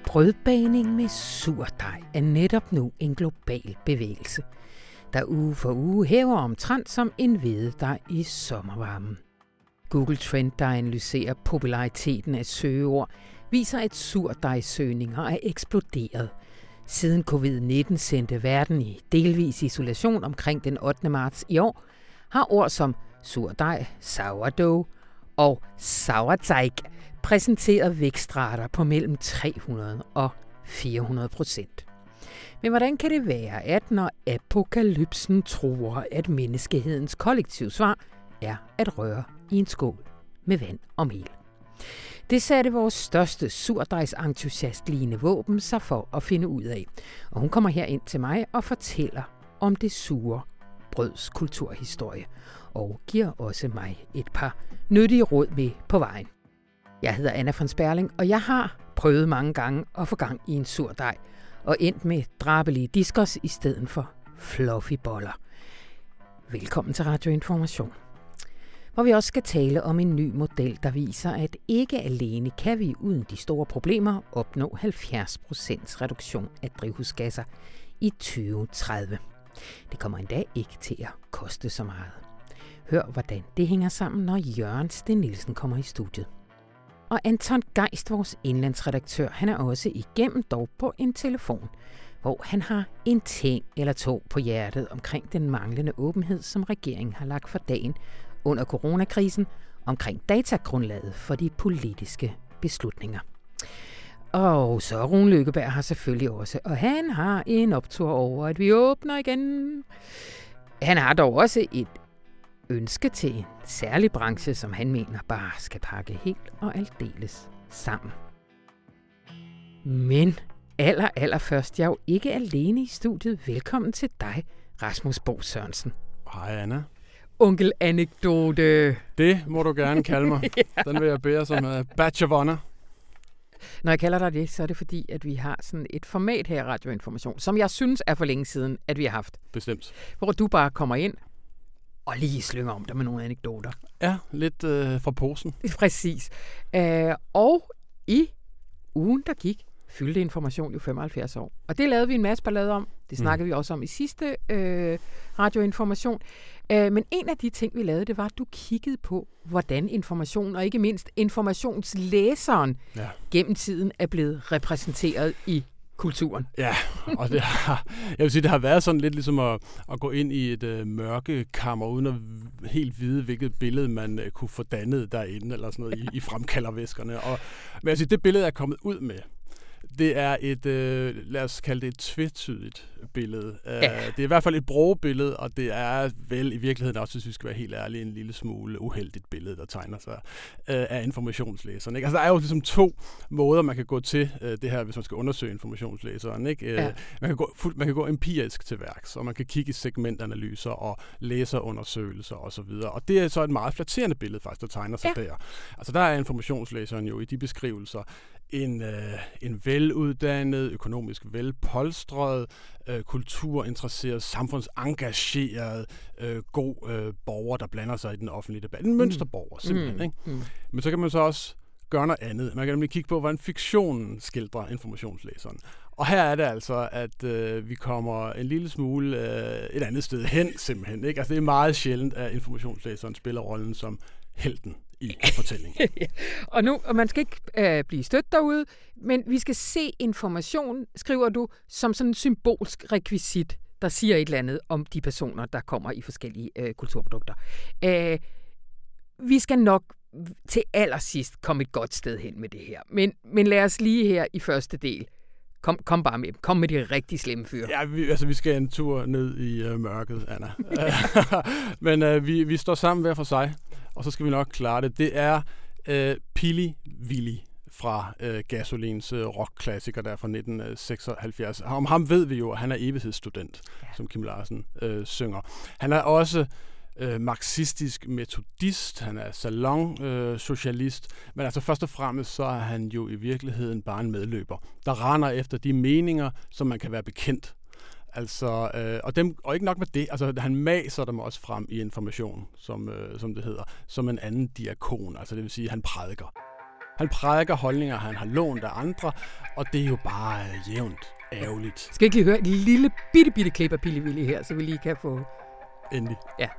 Brødbagning med surdej er netop nu en global bevægelse, der uge for uge hæver omtrent som en hvededej i sommervarmen. Google Trend, der analyserer populariteten af søgeord, viser, at surdejssøgninger er eksploderet. Siden covid-19 sendte verden i delvis isolation omkring den 8. marts i år, har ord som surdej, sourdough og sauerteig præsenteret vækstrater på mellem 300 og 400%. Men hvordan kan det være, at når apokalypsen truer, at menneskehedens kollektive svar er at røre i en skål med vand og mel? Det satte vores største surdejsentusiast Line Våben sig for at finde ud af. Og hun kommer her ind til mig og fortæller om det sure brøds kulturhistorie. Og giver også mig et par nyttige råd med på vejen. Jeg hedder Anna von Sperling, og jeg har prøvet mange gange at få gang i en surdej. Og endt med drabelige diskers i stedet for fluffy boller. Velkommen til Radio Information, hvor vi også skal tale om en ny model, der viser, at ikke alene kan vi uden de store problemer opnå 70% reduktion af drivhusgasser i 2030. Det kommer endda ikke til at koste så meget. Hør, hvordan det hænger sammen, når Jørgen Sten Nielsen kommer i studiet. Og Anton Geist, vores indlandsredaktør, han er også igennem dog på en telefon, hvor han har en ting eller to på hjertet omkring den manglende åbenhed, som regeringen har lagt for dagen under coronakrisen, omkring datagrundlaget for de politiske beslutninger. Og så Rune Lykkeberg har selvfølgelig også, og han har en optur over, at vi åbner igen. Han har dog også et ønske til en særlig branche, som han mener bare skal pakke helt og aldeles sammen. Men allerførst, jeg er jo ikke alene i studiet. Velkommen til dig, Rasmus Bo Sørensen. Hej Anna. Onkel Anekdote. Det må du gerne kalde mig. Ja. Den vil jeg bære som badge of honor. Når jeg kalder dig det, så er det fordi, at vi har sådan et format her i Radio Information, som jeg synes er for længe siden, at vi har haft. Bestemt. Hvor du bare kommer ind og lige slynger om dig med nogle anekdoter. Ja, lidt fra posen. Præcis. Og i ugen, der gik, fyldte Information jo 75 år. Og det lavede vi en masse ballade om. Det snakkede vi også om i sidste radioinformation. Men en af de ting, vi lavede, det var, at du kiggede på, hvordan information, og ikke mindst informationslæseren, gennem tiden er blevet repræsenteret i kulturen. Ja, og jeg vil sige, det har været sådan lidt ligesom at gå ind i et mørkekammer, uden at helt vide, hvilket billede man kunne få dannet derinde, eller sådan noget i fremkaldervæskerne. Men jeg vil sige, det billede er kommet ud med. Det er et, lad os kalde det et tvetydigt billede. Det er i hvert fald et brogebillede, og det er vel i virkeligheden også, hvis vi skal være helt ærlige, en lille smule uheldigt billede, der tegner sig af informationslæseren. Ikke? Altså, der er jo ligesom to måder, man kan gå til det her, hvis man skal undersøge informationslæseren. Ikke? Man kan gå empirisk til værks, og man kan kigge i segmentanalyser og læserundersøgelser osv. Og det er så et meget flatterende billede, faktisk, der tegner sig der. Altså, der er informationslæseren jo i de beskrivelser en veluddannet, økonomisk velpolstret, kulturinteresseret, samfundsengageret, god borger, der blander sig i den offentlige debat. En mønsterborger, simpelthen. Ikke? Men så kan man så også gøre noget andet. Man kan nemlig kigge på, hvordan fiktionen skildrer informationslæseren. Og her er det altså, at vi kommer en lille smule et andet sted hen, simpelthen. Ikke? Altså, det er meget sjældent, at informationslæseren spiller rollen som helten i fortællingen. Og man skal ikke blive stødt derude, men vi skal se information, skriver du, som sådan en symbolsk rekvisit, der siger et eller andet om de personer, der kommer i forskellige kulturprodukter. Vi skal nok til allersidst komme et godt sted hen med det her. Men lad os lige her i første del. Kom bare med. Kom med de rigtig slemme fyre. Ja, vi skal en tur ned i mørket, Anna. Men vi står sammen hver for sig, og så skal vi nok klare det. Det er Pili Willy fra Gasolins rockklassiker der fra 1976. Om ham ved vi jo, at han er evighedsstudent, som Kim Larsen synger. Han er også marxistisk metodist, han er salon-socialist, men altså først og fremmest så er han jo i virkeligheden bare en medløber, der render efter de meninger, som man kan være bekendt. Altså, og ikke nok med det, altså han maser dem også frem i Information, som det hedder, som en anden diakon, altså det vil sige, at han prædiker. Han prædiker holdninger, han har lånt af andre, og det er jo bare jævnt ærgerligt. Skal vi ikke lige høre et lille bitte klip af Pili Willy her, så vi lige kan få... Endelig. Ja.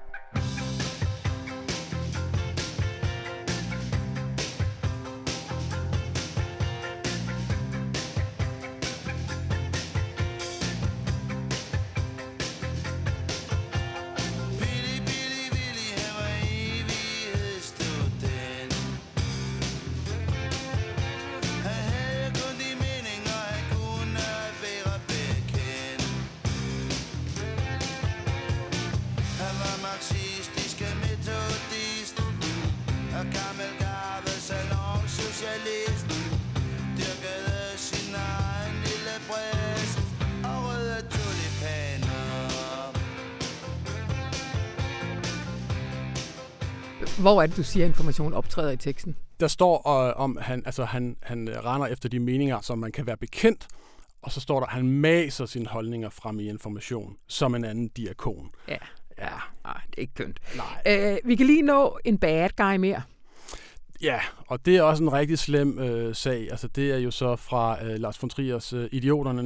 Hvor er det, du siger, at information optræder i teksten? Der står om, han render efter de meninger, som man kan være bekendt, og så står der, at han maser sine holdninger frem i Information, som en anden diakon. Ja. Det er ikke kønt. Nej. Vi kan lige nå en bad guy mere. Ja, og det er også en rigtig slem sag. Altså, det er jo så fra Lars von Triers Idioterne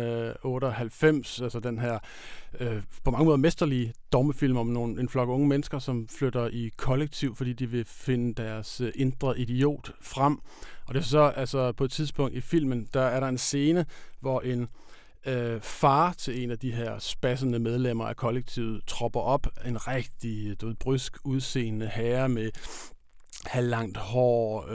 1998, altså den her på mange måder mesterlige dogmefilm om en flok unge mennesker, som flytter i kollektiv, fordi de vil finde deres indre idiot frem. Og det er så altså på et tidspunkt i filmen, der er der en scene, hvor en far til en af de her spassende medlemmer af kollektivet tropper op, en rigtig brysk udseende herre med halvlangt hår,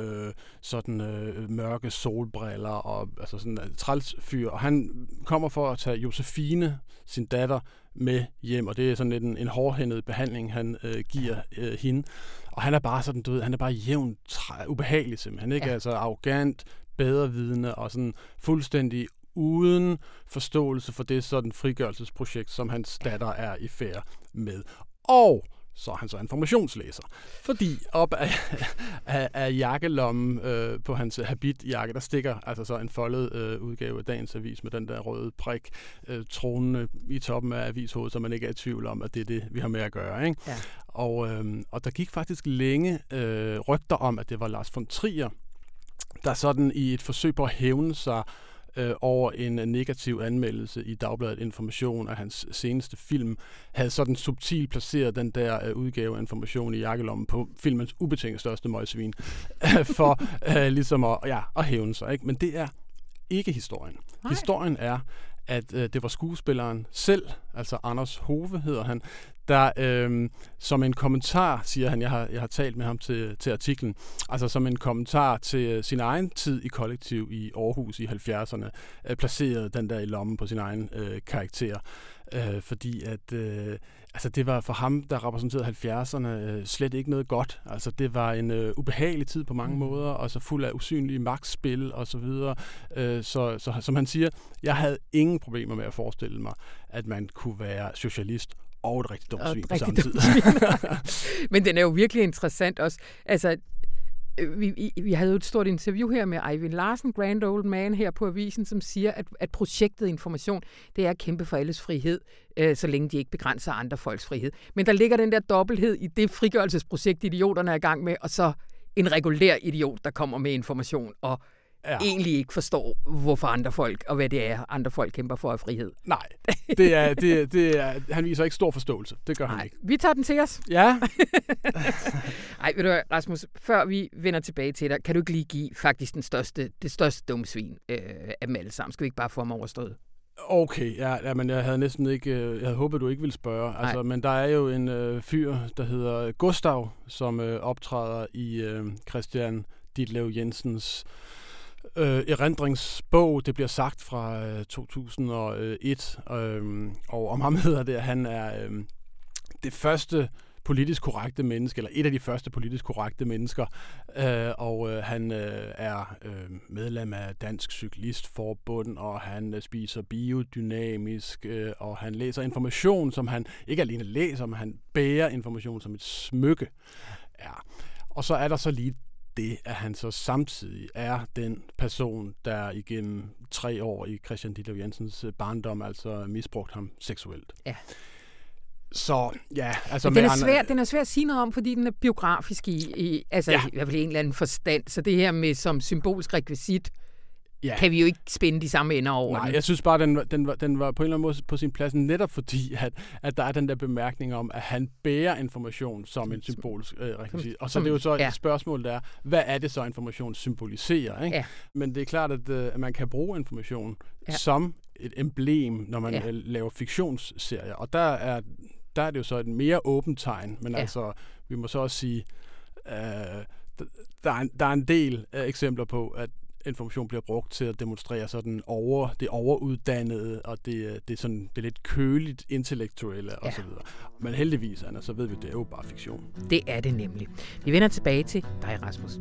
mørke solbriller og altså sådan en træls fyr. Og han kommer for at tage Josefine, sin datter, med hjem, og det er sådan lidt en hårdhændet behandling, han giver hende. Og han er bare sådan, han er bare jævnt ubehagelig simpelthen, ikke? Ja. Altså arrogant, bedrevidende og sådan fuldstændig uden forståelse for det sådan frigørelsesprojekt, som hans datter er i færd med. Og så er han så informationslæser. Fordi op af jakkelommen på hans habitjakke, der stikker altså så en foldet udgave af Dagens Avis med den der røde prik tronende i toppen af avishovedet, så man ikke er i tvivl om, at det er det, vi har med at gøre. Ikke? Ja. Og der gik faktisk længe rygter om, at det var Lars von Trier, der sådan i et forsøg på at hævne sig over en negativ anmeldelse i Dagbladet Information af hans seneste film, havde sådan subtilt placeret den der udgave af Information i jakkelommen på filmens ubetinget største møgsvin, for ligesom at hævne sig. Ikke? Men det er ikke historien. Nej. Historien er, at det var skuespilleren selv, altså Anders Hove hedder han, der som en kommentar, siger han, jeg har talt med ham til artiklen, altså som en kommentar til sin egen tid i kollektiv i Aarhus i 70'erne, placerede den der i lommen på sin egen karakter. Fordi at altså det var for ham, der repræsenterede 70'erne, slet ikke noget godt. Altså det var en ubehagelig tid på mange måder, og så fuld af usynlige magtspil og så videre. Så som han siger, jeg havde ingen problemer med at forestille mig, at man kunne være socialist og et rigtig dumt svin på samme tid. Men den er jo virkelig interessant også. Altså, vi havde jo et stort interview her med Eivind Larsen, Grand Old Man her på Avisen, som siger, at projektet Information, det er at kæmpe for alles frihed, så længe de ikke begrænser andre folks frihed. Men der ligger den der dobbelthed i det frigørelsesprojekt, idioterne er i gang med, og så en regulær idiot, der kommer med information og egentlig ikke forstår, hvorfor andre folk, og hvad det er, andre folk kæmper for af frihed. Nej, det er, han viser ikke stor forståelse. Det gør han ikke. Vi tager den til os. Ja. Ej, ved du hvad, Rasmus, før vi vender tilbage til dig, kan du ikke lige give faktisk det største dumme svin af dem alle sammen? Skal vi ikke bare få ham overstået? Okay, ja, men jeg havde næsten ikke, jeg havde håbet, du ikke ville spørge. Altså, men der er jo en fyr, der hedder Gustav, som optræder i Christian Ditlev Jensens erindringsbog. Det bliver sagt fra 2001, og om ham hedder det, at han er det første politisk korrekte menneske, eller et af de første politisk korrekte mennesker, og han er medlem af Dansk Cyklistforbund, og han spiser biodynamisk, og han læser information, som han ikke alene læser, men han bærer information som et smykke. Ja. Og så er der så lige det, at han så samtidig er den person, der igennem 3 år i Christian Ditlev Jensens barndom altså misbrugt ham seksuelt. Ja. Så ja, altså den er svær at sige noget om, fordi den er biografisk i hvert fald en eller anden forstand. Så det her med som symbolsk rekvisit, kan vi jo ikke spænde de samme ender over. Nej, jeg synes bare, den var på en eller anden måde på sin plads, netop fordi, at der er den der bemærkning om, at han bærer information som en symbolsk rekvisit. Og så det er jo så et spørgsmål, der er, hvad er det så, information symboliserer? Ikke? Ja. Men det er klart, at man kan bruge information som et emblem, når man laver fiktionsserier. Og der er det jo så et mere åbent tegn, men altså, vi må så også sige, der er en del eksempler på, at information bliver brugt til at demonstrere sådan det overuddannede, og det er lidt køligt intellektuelle og så videre. Men heldigvis, Anna, så ved vi, det er jo bare fiktion. Det er det nemlig. Vi vender tilbage til dig, Rasmus.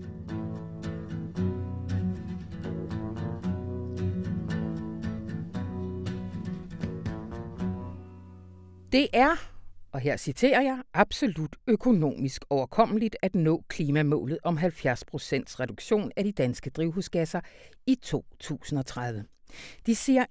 Det er, og her citerer jeg, absolut økonomisk overkommeligt at nå klimamålet om 70% reduktion af de danske drivhusgasser i 2030. De siger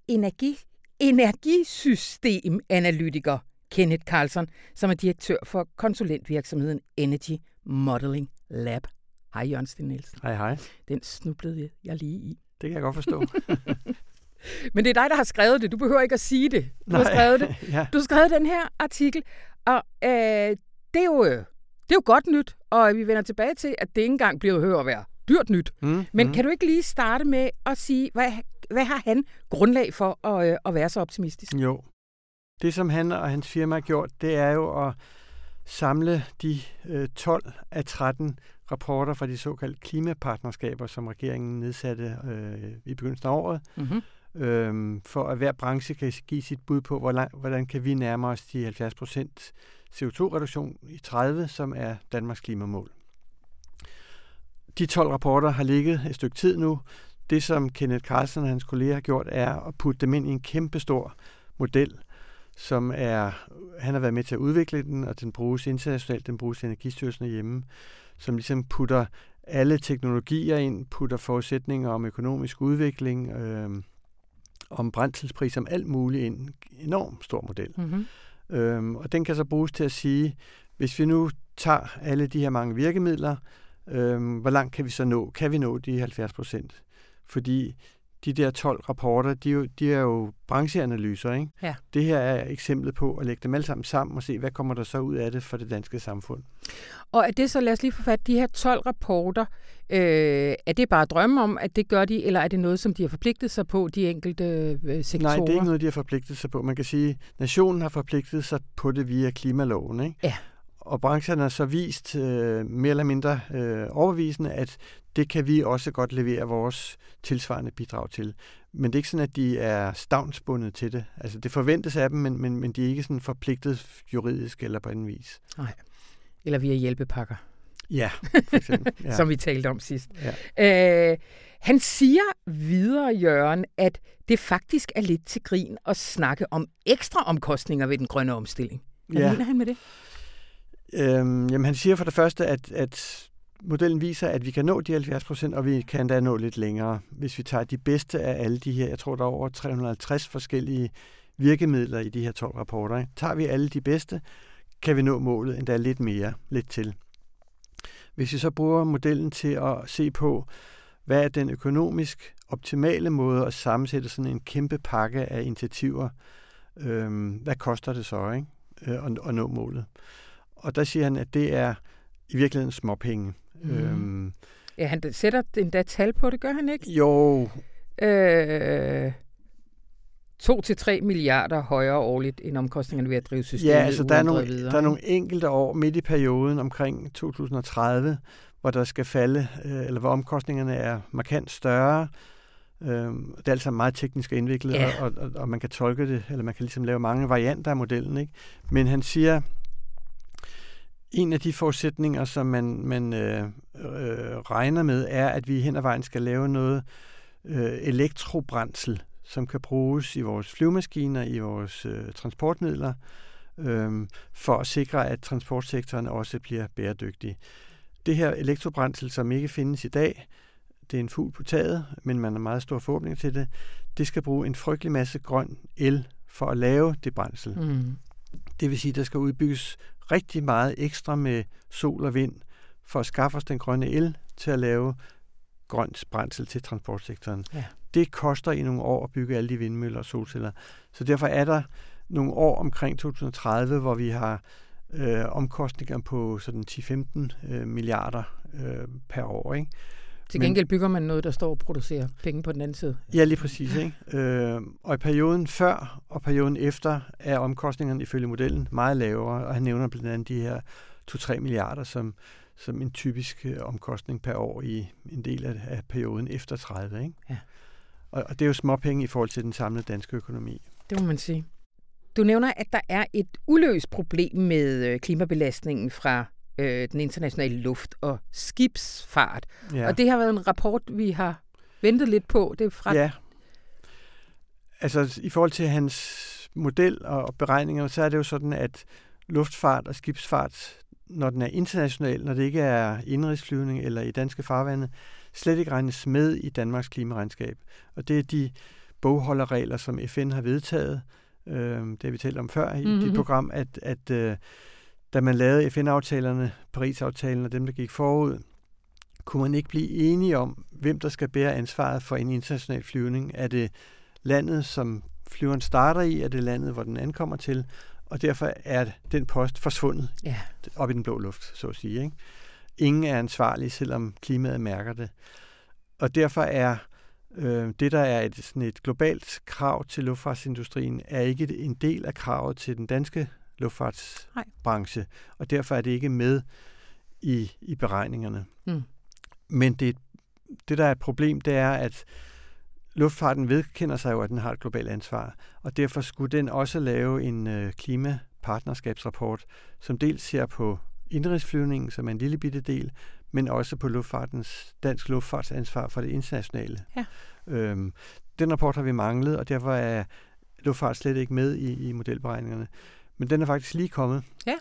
energisystemanalytiker Kenneth Carlson, som er direktør for konsulentvirksomheden Energy Modeling Lab. Hej Jørgen Steen Nielsen. Hej. Den snublede jeg lige i. Det kan jeg godt forstå. Men det er dig, der har skrevet det. Du behøver ikke at sige det. Du har skrevet det. Ja. Du har skrevet den her artikel, og det er jo godt nyt, og vi vender tilbage til, at det ikke engang bliver hørt at være dyrt nyt. Men kan du ikke lige starte med at sige, hvad har han grundlag for at være så optimistisk? Jo. Det, som han og hans firma har gjort, det er jo at samle de 12 af 13 rapporter fra de såkaldte klimapartnerskaber, som regeringen nedsatte i begyndelsen af året, for at hver branche kan give sit bud på, hvordan kan vi nærme os de 70% CO2-reduktion i 30, som er Danmarks klimamål. De 12 rapporter har ligget et stykke tid nu. Det, som Kenneth Carlson og hans kolleger har gjort, er at putte dem ind i en kæmpestor model, som han har været med til at udvikle den, og den bruges internationalt, den bruges i Energistyrelsen hjemme, som ligesom putter alle teknologier ind, putter forudsætninger om økonomisk udvikling, om brændselspris, om alt muligt ind. En enormt stor model. Og den kan så bruges til at sige, hvis vi nu tager alle de her mange virkemidler, hvor langt kan vi så nå? Kan vi nå de 70%? Fordi de der 12 rapporter, de er jo brancheanalyser, ikke? Ja. Det her er eksemplet på at lægge dem alle sammen og se, hvad kommer der så ud af det for det danske samfund. Og er det så, lad os lige få fat, de her 12 rapporter, er det bare drømme om, at det gør de, eller er det noget, som de har forpligtet sig på, de enkelte sektorer? Nej, det er ikke noget, de har forpligtet sig på. Man kan sige, nationen har forpligtet sig på det via klimaloven, ikke? Ja. Og branchen har så vist mere eller mindre overbevisende, at det kan vi også godt levere vores tilsvarende bidrag til. Men det er ikke sådan, at de er stavnsbundet til det. Altså det forventes af dem, men de er ikke sådan forpligtet juridisk eller på anden vis. Nej. Eller via hjælpepakker. Ja, for eksempel. Ja. Som vi talte om sidst. Ja. Han siger videre, Jørgen, at det faktisk er lidt til grin at snakke om ekstra omkostninger ved den grønne omstilling. Hvad mener han med det? Jamen, han siger for det første, at modellen viser, at vi kan nå de 70%, og vi kan da nå lidt længere. Hvis vi tager de bedste af alle de her, jeg tror, der er over 350 forskellige virkemidler i de her 12 rapporter. Ikke? Tager vi alle de bedste, kan vi nå målet endda lidt mere, lidt til. Hvis vi så bruger modellen til at se på, hvad er den økonomisk optimale måde at sammensætte sådan en kæmpe pakke af initiativer, hvad koster det så, ikke? At nå målet? Og der siger han, at det er i virkeligheden småpenge. Ja, han sætter endda tal på det, gør han ikke? Jo. 2-3 milliarder højere årligt end omkostningerne ved at drive systemet. Ja, altså der er nogle enkelte år midt i perioden omkring 2030, hvor der skal falde, eller hvor omkostningerne er markant større. Det er altså meget teknisk og indviklet, og man kan tolke det, eller man kan ligesom lave mange varianter af modellen, ikke? Men han siger, en af de forudsætninger, som man regner med, er, at vi hen ad vejen skal lave noget elektrobrændsel, som kan bruges i vores flyvemaskiner, i vores transportmidler, for at sikre, at transportsektoren også bliver bæredygtig. Det her elektrobrændsel, som ikke findes i dag, det er en fugl på taget, men man har meget stor forhåbning til det. Det skal bruge en frygtelig masse grøn el for at lave det brændsel. Det vil sige, at der skal udbygges rigtig meget ekstra med sol og vind for at skaffe os den grønne el til at lave grønt brændsel til transportsektoren. Ja. Det koster i nogle år at bygge alle de vindmøller og solceller. Så derfor er der nogle år omkring 2030, hvor vi har omkostninger på sådan 10-15 milliarder per år. Ikke? Til gengæld bygger man noget, der står og producerer penge på den anden side. Ja, lige præcis. Ikke? Og i perioden før og perioden efter er omkostningerne ifølge modellen meget lavere, og han nævner blandt andet de her 2-3 milliarder som en typisk omkostning per år i en del af perioden efter 30. Ikke? Ja. Og det er jo småpenge i forhold til den samlede danske økonomi. Det må man sige. Du nævner, at der er et uløst problem med klimabelastningen fra den internationale luft- og skibsfart. Ja. Og det har været en rapport, vi har ventet lidt på. Det er fra... Ja. Altså i forhold til hans model og beregninger, så er det jo sådan, at luftfart og skibsfart, når den er international, når det ikke er indrigsflyvning eller i danske farvande, slet ikke regnes med i Danmarks klimaregnskab. Og det er de bogholderregler, som FN har vedtaget. Det har vi talt om før i det program, at da man lavede FN-aftalerne, Paris-aftalen og dem, der gik forud, kunne man ikke blive enige om, hvem der skal bære ansvaret for en international flyvning. Er det landet, som flyveren starter i? Er det landet, hvor den ankommer til? Og derfor er den post forsvundet op i den blå luft, så at sige. Ikke? Ingen er ansvarlig, selvom klimaet mærker det. Og derfor er det, der er et globalt krav til luftfartsindustrien, er ikke en del af kravet til den danske luftfartsbranche, og derfor er det ikke med i beregningerne. Men det, der er et problem, det er, at luftfarten vedkender sig jo, at den har et globalt ansvar, og derfor skulle den også lave en klimapartnerskabsrapport, som dels ser på indrigsflyvningen, som er en lille bitte del, men også på dansk luftfartsansvar for det internationale. Ja. Den rapport har vi manglet, og derfor er luftfart slet ikke med i modelberegningerne. Men den er faktisk lige kommet. Ja.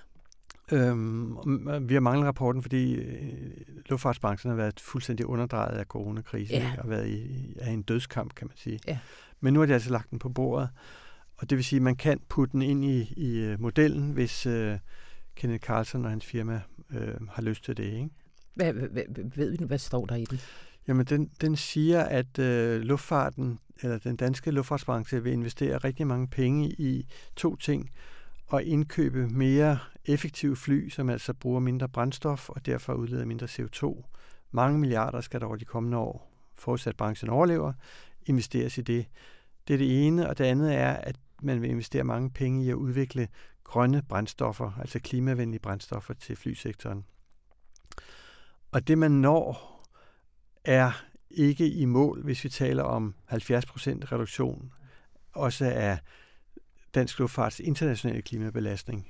Vi har manglet rapporten, fordi luftfartsbranchen har været fuldstændig underdrejet af coronakrisen, og været i en dødskamp, kan man sige. Ja. Men nu har de altså lagt den på bordet, og det vil sige, at man kan putte den ind i modellen, hvis Kenneth Carlsen og hans firma har lyst til det. Ikke? Hvad står der i den? Jamen, den siger, at luftfarten, eller den danske luftfartsbranche, vil investere rigtig mange penge i 2 ting. Og indkøbe mere effektive fly, som altså bruger mindre brændstof og derfor udleder mindre CO2. Mange milliarder skal der over de kommende år, forudsat branchen overlever, investeres i det. Det er det ene, og det andet er, at man vil investere mange penge i at udvikle grønne brændstoffer, altså klimavenlige brændstoffer til flysektoren. Og det man når er ikke i mål, hvis vi taler om 70% reduktion, også af dansk luftfarts internationale klimabelastning.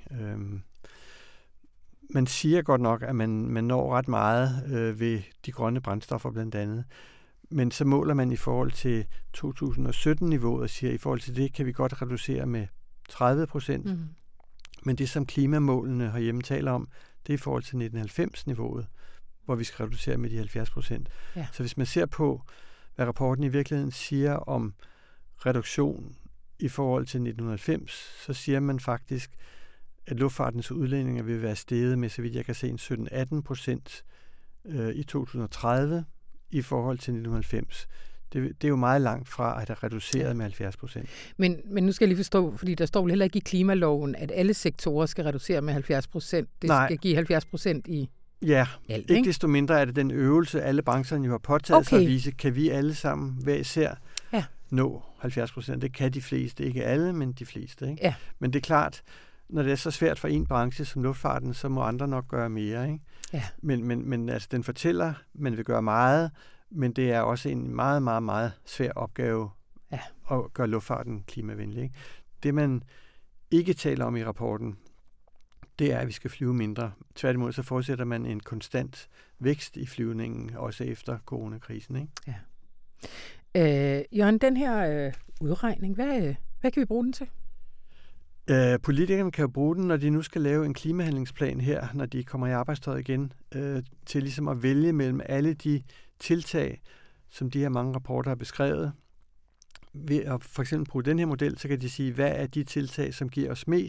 Man siger godt nok, at man når ret meget ved de grønne brændstoffer blandt andet, men så måler man i forhold til 2017-niveauet og siger, at i forhold til det kan vi godt reducere med 30%. Men det, som klimamålene herhjemme taler om, det er i forhold til 1990-niveauet, hvor vi skal reducere med de 70%. Ja. Så hvis man ser på, hvad rapporten i virkeligheden siger om reduktion i forhold til 1990, så siger man faktisk, at luftfartens udledninger vil være steget med, så vidt jeg kan se, en 17-18% i 2030 i forhold til 1990. Det er jo meget langt fra at have reduceret med 70%. Men nu skal jeg lige forstå, fordi der står vel heller ikke i klimaloven, at alle sektorer skal reducere med 70%. Det skal give 70% i alt, ikke desto mindre er det den øvelse, alle brancherne jo har påtaget sig at vise, kan vi alle sammen hver især nå 70%. Det kan de fleste, ikke alle, men de fleste. Ikke? Ja. Men det er klart, når det er så svært for en branche som luftfarten, så må andre nok gøre mere. Ikke? Ja. Men altså, den fortæller, man vil gøre meget, men det er også en meget, meget, meget svær opgave at gøre luftfarten klimavenlig. Ikke? Det, man ikke taler om i rapporten, det er, at vi skal flyve mindre. Tværtimod så forudsætter man en konstant vækst i flyvningen, også efter coronakrisen. Ikke? Ja. Jørgen, den her udregning, hvad kan vi bruge den til? Politikerne kan jo bruge den, når de nu skal lave en klimahandlingsplan her, når de kommer i arbejdstøjet igen, til ligesom at vælge mellem alle de tiltag, som de her mange rapporter har beskrevet. Ved at for eksempel bruge den her model, så kan de sige, hvad er de tiltag, som giver os mest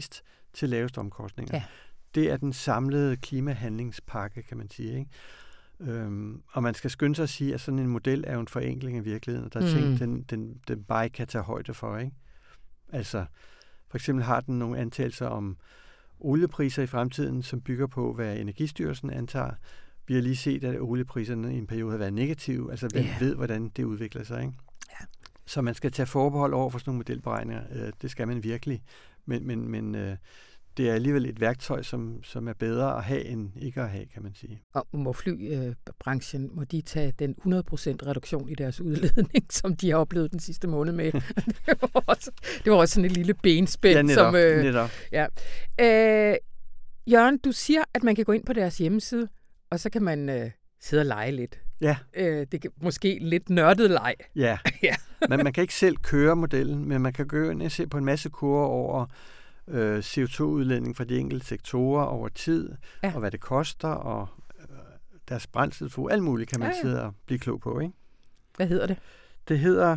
til laveste omkostninger. Ja. Det er den samlede klimahandlingspakke, kan man sige, ikke? Og man skal skynde sig at sige, at sådan en model er jo en forenkling af virkeligheden, og der er ting, den bare ikke kan tage højde for, ikke? Altså, for eksempel har den nogle antagelser om oliepriser i fremtiden, som bygger på, hvad Energistyrelsen antager. Vi har lige set, at oliepriserne i en periode har været negative. Altså, hvem ved, hvordan det udvikler sig, ikke? Ja. Så man skal tage forbehold over for sådan nogle modelberegninger. Det skal man virkelig. Men det er alligevel et værktøj, som er bedre at have, end ikke at have, kan man sige. Og må flybranchen, må de tage den 100% reduktion i deres udledning, som de har oplevet den sidste måned med? det var også sådan et lille benspænd. Ja, netop. Ja. Jørgen, du siger, at man kan gå ind på deres hjemmeside, og så kan man sidde og lege lidt. Ja. Det kan måske lidt nørdet leg. Ja. Ja. Man kan ikke selv køre modellen, men man kan gå ind og se på en masse kurver over CO2-udledning fra de enkelte sektorer over tid, og hvad det koster, og deres brændselsforbrug, alt muligt kan man sidde og blive klog på, ikke? Hvad hedder det? Det hedder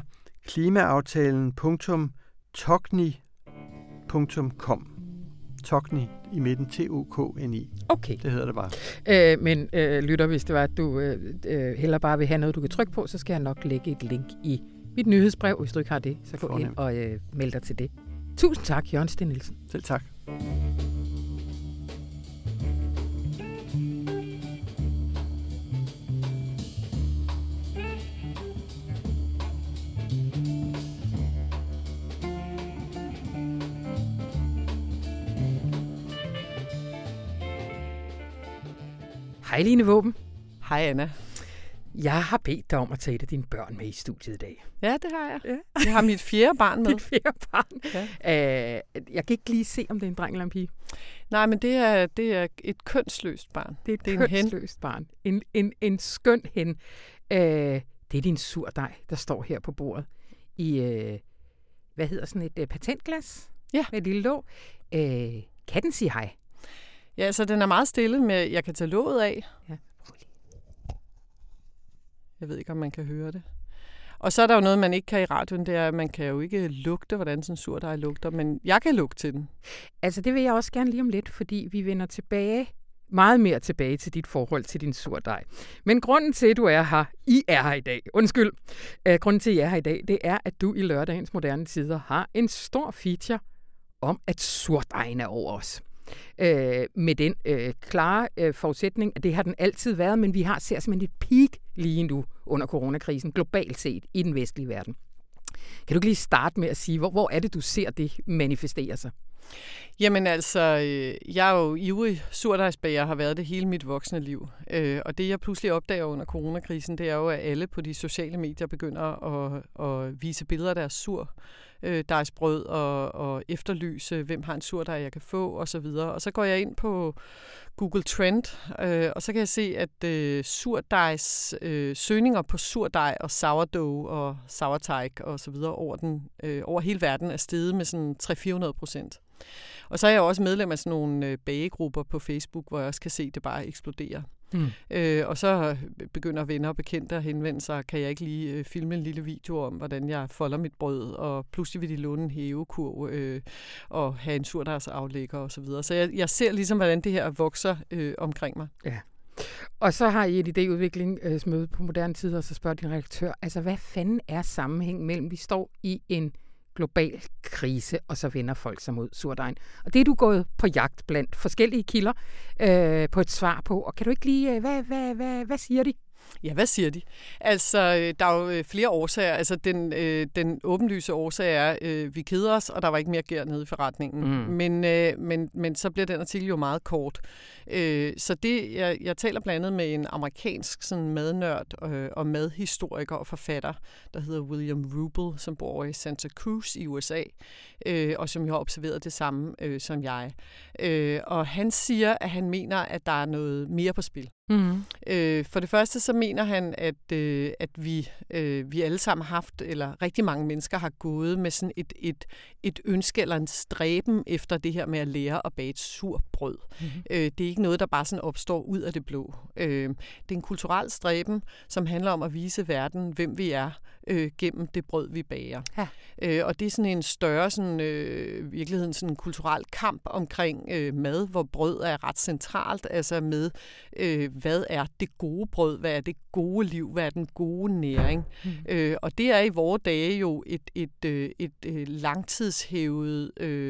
klimaaftalen.tokni.com. Tokni i midten, T-O-K-N-I. Okay. Det hedder det bare. Men lytter, hvis det var, at du heller bare vil have noget, du kan trykke på, så skal jeg nok lægge et link i mit nyhedsbrev. Hvis du ikke har det, så gå ind og meld dig til det. Tusind tak, Jørgen Steen Nielsen. Selv tak. Hej Line Våben. Hej Anna. Jeg har bedt dig om at tage et af dine børn med i studiet i dag. Ja, det har jeg. Ja. Jeg har mit 4. barn med. Dit 4. barn. Ja. Jeg kan ikke lige se, om det er en dreng eller en pige. Nej, men det er et kønsløst barn. Det er et kønsløst barn. En skøn hen. Det er din surdej, der står her på bordet. I, hvad hedder sådan et patentglas? Ja. Med et lille låg. Kan den sige hej? Ja, så den er meget stille, men jeg kan tage låget af. Ja. Jeg ved ikke, om man kan høre det. Og så er der jo noget, man ikke kan i radioen, det er, at man kan jo ikke lugte, hvordan sådan en surdej lugter, men jeg kan lugte til den. Altså, det vil jeg også gerne lige om lidt, fordi vi vender meget mere tilbage til dit forhold til din surdej. Men grunden til, at I er her i dag, grunden til, at I er her i dag, det er, at du i Lørdagens Moderne Tider har en stor feature om, at surdejen er over os. Med den klare forudsætning, at det har den altid været, men vi ser simpelthen et peak lige nu under coronakrisen, globalt set i den vestlige verden. Kan du ikke lige starte med at sige, hvor er det, du ser det manifestere sig? Jamen altså, jeg er jo ivrig surdejsbager og har været det hele mit voksne liv. Og det, jeg pludselig opdager under coronakrisen, det er jo, at alle på de sociale medier begynder at vise billeder af deres surdejsbrød og efterlyse, hvem har en surdej, jeg kan få, og så videre. Og så går jeg ind på Google Trend, og så kan jeg se, at søgninger på surdej og sourdough og sourteig og så videre over hele verden er steget med sådan 300-400%. Og så er jeg også medlem af sådan nogle bagegrupper på Facebook, hvor jeg også kan se, at det bare eksploderer. Og så begynder venner og bekendte at henvende sig, kan jeg ikke lige filme en lille video om, hvordan jeg folder mit brød, og pludselig vil de låne en hævekurv og have en surdejsaflægger og så videre. Så jeg ser ligesom, hvordan det her vokser omkring mig. Ja. Og så har I et idéudviklingsmøde på Moderne Tider, og så spørger din redaktør, altså hvad fanden er sammenhængen mellem, vi står i en global krise, og så vender folk sig mod surdejen. Og det er du gået på jagt blandt forskellige kilder på et svar på. Og kan du ikke lige, hvad siger de? Ja, hvad siger de? Altså, der er jo flere årsager. Altså, den åbenlyse årsag er, vi keder os, og der var ikke mere gær nede i forretningen. Men så bliver den artikel jo meget kort. Så det, jeg taler blandt andet med en amerikansk sådan madnørd og madhistoriker og forfatter, der hedder William Rubel, som bor over i Santa Cruz i USA, og som jo har observeret det samme som jeg. Og han siger, at han mener, at der er noget mere på spil. For det første så mener han, at vi alle sammen har haft, eller rigtig mange mennesker har gået med sådan et ønske eller en stræben efter det her med at lære at bage et surbrød. Det er ikke noget, der bare sådan opstår ud af det blå. Det er en kulturel stræben, som handler om at vise verden, hvem vi er, gennem det brød, vi bager. Ja. Og det er sådan en større virkeligheden sådan en kulturel kamp omkring mad, hvor brød er ret centralt, altså med, hvad er det gode brød, hvad er det gode liv, hvad er den gode næring. Og det er i vore dage jo et langtidshævet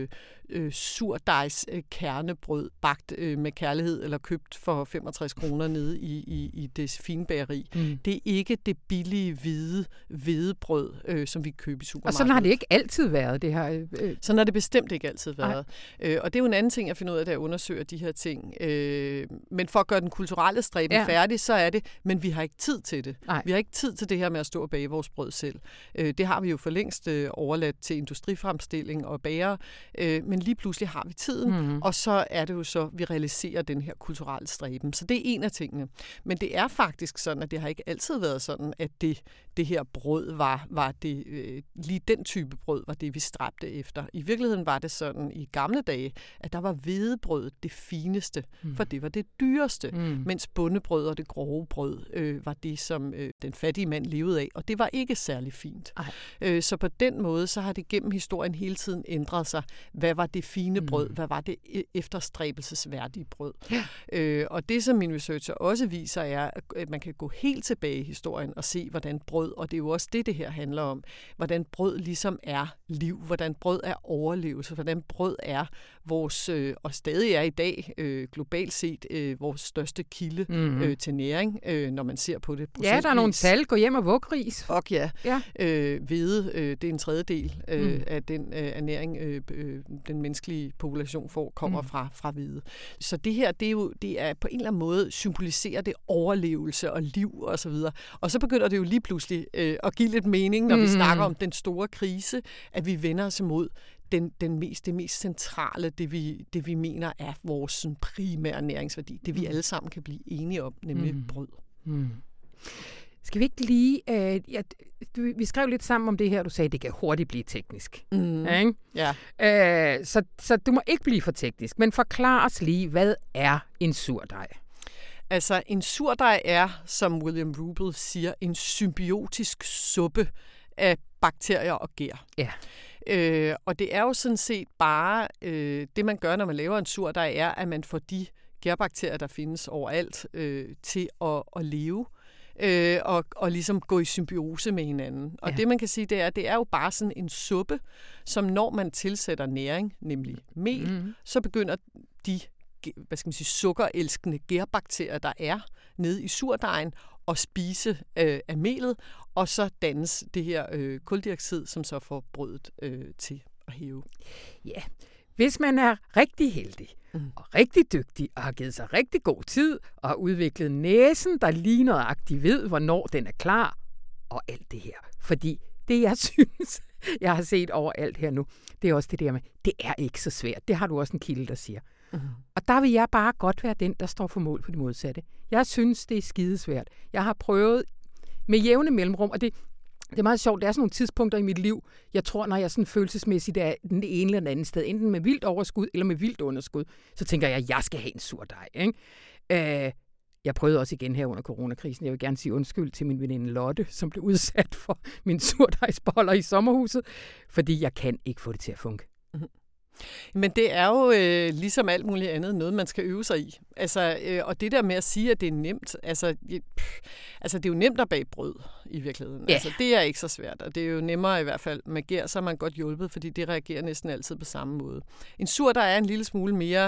surdejs kernebrød bagt med kærlighed eller købt for 65 kroner nede i det fine bageri. Det er ikke det billige hvide hvedebrød, som vi køber i supermarkedet. Og sådan har det ikke altid været, det her. Sådan har det bestemt ikke altid været. Og det er jo en anden ting, jeg finder ud af, da jeg undersøger de her ting. Men for at gøre den kulturelle stræben færdig, så er det, men vi har ikke tid til det. Vi har ikke tid til det her med at stå og bage vores brød selv. Det har vi jo for længst overladt til industrifremstilling og bager, men lige pludselig har vi tiden, og så er det jo så, vi realiserer den her kulturelle stræben. Så det er en af tingene. Men det er faktisk sådan, at det har ikke altid været sådan, at det her brød var det, lige den type brød var det, vi stræbte efter. I virkeligheden var det sådan i gamle dage, at der var hvedebrød det fineste, for det var det dyreste, mens bondebrød og det grove brød var det, som den fattige mand levede af, og det var ikke særlig fint. Så på den måde, så har det gennem historien hele tiden ændret sig. Hvad var det fine brød? Hvad var det efterstræbelsesværdige brød? Og det, som min researcher også viser, er, at man kan gå helt tilbage i historien og se, hvordan brød, og det er jo også det her handler om, hvordan brød ligesom er liv, hvordan brød er overlevelse, hvordan brød er vores, og stadig er i dag, globalt set, vores største kilde til næring, når man ser på det procentvis. Ja, der er nogle tal. Gå hjem og vug ris. Og hvede, det er en tredjedel af den ernæring, den menneskelige population får, kommer fra hvede. Så det her, det er på en eller anden måde symboliserer det overlevelse og liv og så videre. Og så begynder det jo lige pludselig at give lidt mening, når vi snakker om den store krise, at vi vender os imod det mest centrale, det vi mener er vores sådan, primære næringsværdi. Det vi alle sammen kan blive enige om, nemlig brød. Skal vi ikke lige... vi skrev lidt sammen om det her, du sagde, det kan hurtigt blive teknisk. Ikke? Ja. Så du må ikke blive for teknisk, men forklar os lige, hvad er en surdej? Altså, en surdej er, som William Rubel siger, en symbiotisk suppe af bakterier og gær. Ja. Og det er jo sådan set bare, det man gør, når man laver en surdej, er, at man får de gærbakterier, der findes overalt, til at leve. Og ligesom gå i symbiose med hinanden. Og det man kan sige, det er jo bare sådan en suppe, som når man tilsætter næring, nemlig mel, så begynder de sukkerelskende gærbakterier, der er nede i surdejen, at spise af melet, og så dannes det her kuldioxid, som så får brødet til at hæve. Ja, hvis man er rigtig heldig og rigtig dygtig og har givet sig rigtig god tid og har udviklet næsen, der lige nøjagtigt ved, hvornår den er klar, og alt det her. Fordi det, jeg synes, jeg har set overalt her nu, det er også det der med, det er ikke så svært. Det har du også en kilde, der siger. Og der vil jeg bare godt være den, der står for mål på det modsatte. Jeg synes, det er skidesvært. Jeg har prøvet med jævne mellemrum, og det er meget sjovt. Der er sådan nogle tidspunkter i mit liv, jeg tror, når jeg sådan følelsesmæssigt er den ene eller den anden sted, enten med vildt overskud eller med vildt underskud, så tænker jeg, at jeg skal have en surdej. Ikke? Jeg prøvede også igen her under coronakrisen. Jeg vil gerne sige undskyld til min veninde Lotte, som blev udsat for min surdejsboller i sommerhuset, fordi jeg kan ikke få det til at funke. Men det er jo ligesom alt muligt andet noget, man skal øve sig i. Altså, og det der med at sige, at det er nemt, altså det er jo nemt at bage brød i virkeligheden. Yeah. Altså, det er ikke så svært, og det er jo nemmere i hvert fald med gær, så er man godt hjulpet, fordi det reagerer næsten altid på samme måde. En surdej er en lille smule mere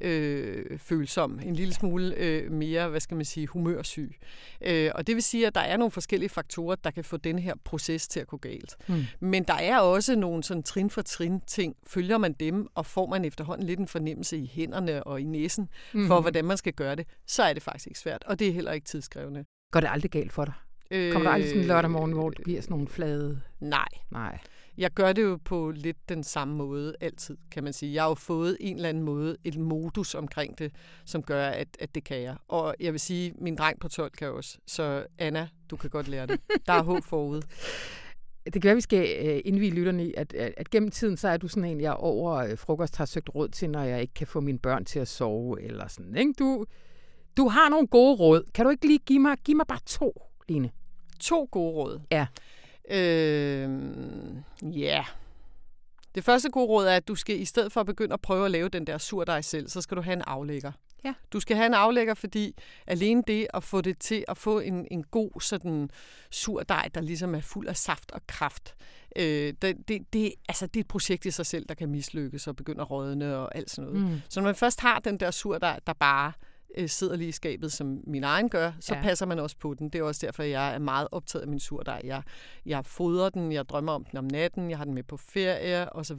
følsom, en lille smule mere, humørsyg. Og det vil sige, at der er nogle forskellige faktorer, der kan få den her proces til at gå galt. Men der er også nogle sådan trin for trin ting. Følger man dem, og får man efterhånden lidt en fornemmelse i hænderne og i næsen for, hvordan man skal gøre det, så er det faktisk ikke svært, og det er heller ikke tidskrævende. Går det aldrig galt for dig? Kommer der aldrig sådan en lørdag morgen, hvor det bliver sådan nogle flade? Nej. Jeg gør det jo på lidt den samme måde altid, kan man sige. Jeg har jo fået en eller anden måde, et modus omkring det, som gør, at det kan jeg. Og jeg vil sige, min dreng på 12 kan også. Så Anna, du kan godt lære det. Der er håb forude. Det kan være, vi skal indvige lytterne i, at gennem tiden, så er du sådan en, jeg over frokost har søgt råd til, når jeg ikke kan få mine børn til at sove, eller sådan, ikke? Du har nogle gode råd. Kan du ikke lige give mig bare 2, Line? 2 gode råd? Ja. Det første gode råd er, at du skal i stedet for at begynde at prøve at lave den der surdej selv, så skal du have en aflægger. Ja. Du skal have en aflægger, fordi alene det at få det til at få en god sådan surdej, der ligesom er fuld af saft og kraft, det er et projekt i sig selv, der kan mislykkes og begynde at rådne og alt sådan noget. Så når man først har den der surdej, der bare sidder lige i skabet, som min egen gør, så passer man også på den. Det er også derfor, jeg er meget optaget af min surdej. Jeg fodrer den, jeg drømmer om den om natten, jeg har den med på ferie, osv.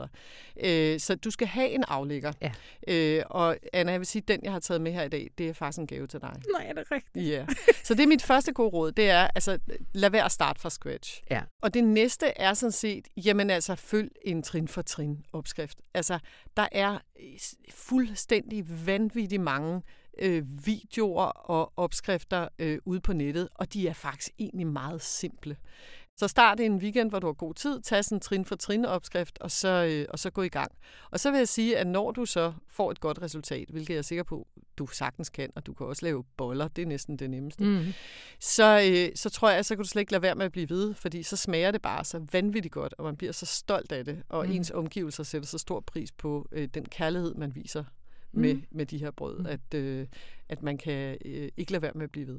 Så du skal have en aflægger. Ja. Og Anna, jeg vil sige, den, jeg har taget med her i dag, det er faktisk en gave til dig. Nej, er det rigtigt? Ja. Så det er mit første gode råd, det er, altså, lad være at starte fra scratch. Ja. Og det næste er sådan set, jamen altså, følg en trin for trin opskrift. Altså, der er fuldstændig vanvittigt mange videoer og opskrifter ude på nettet, og de er faktisk egentlig meget simple. Så start en weekend, hvor du har god tid, tag sådan en trin for trin opskrift, og så gå i gang. Og så vil jeg sige, at når du så får et godt resultat, hvilket jeg er sikker på, du sagtens kan, og du kan også lave boller, det er næsten det nemmeste, så tror jeg, så kan du slet ikke lade være med at blive ved, fordi så smager det bare så vanvittigt godt, og man bliver så stolt af det, og ens omgivelser sætter så stor pris på den kærlighed, man viser med de her brød, at man kan ikke lade være med at blive ved.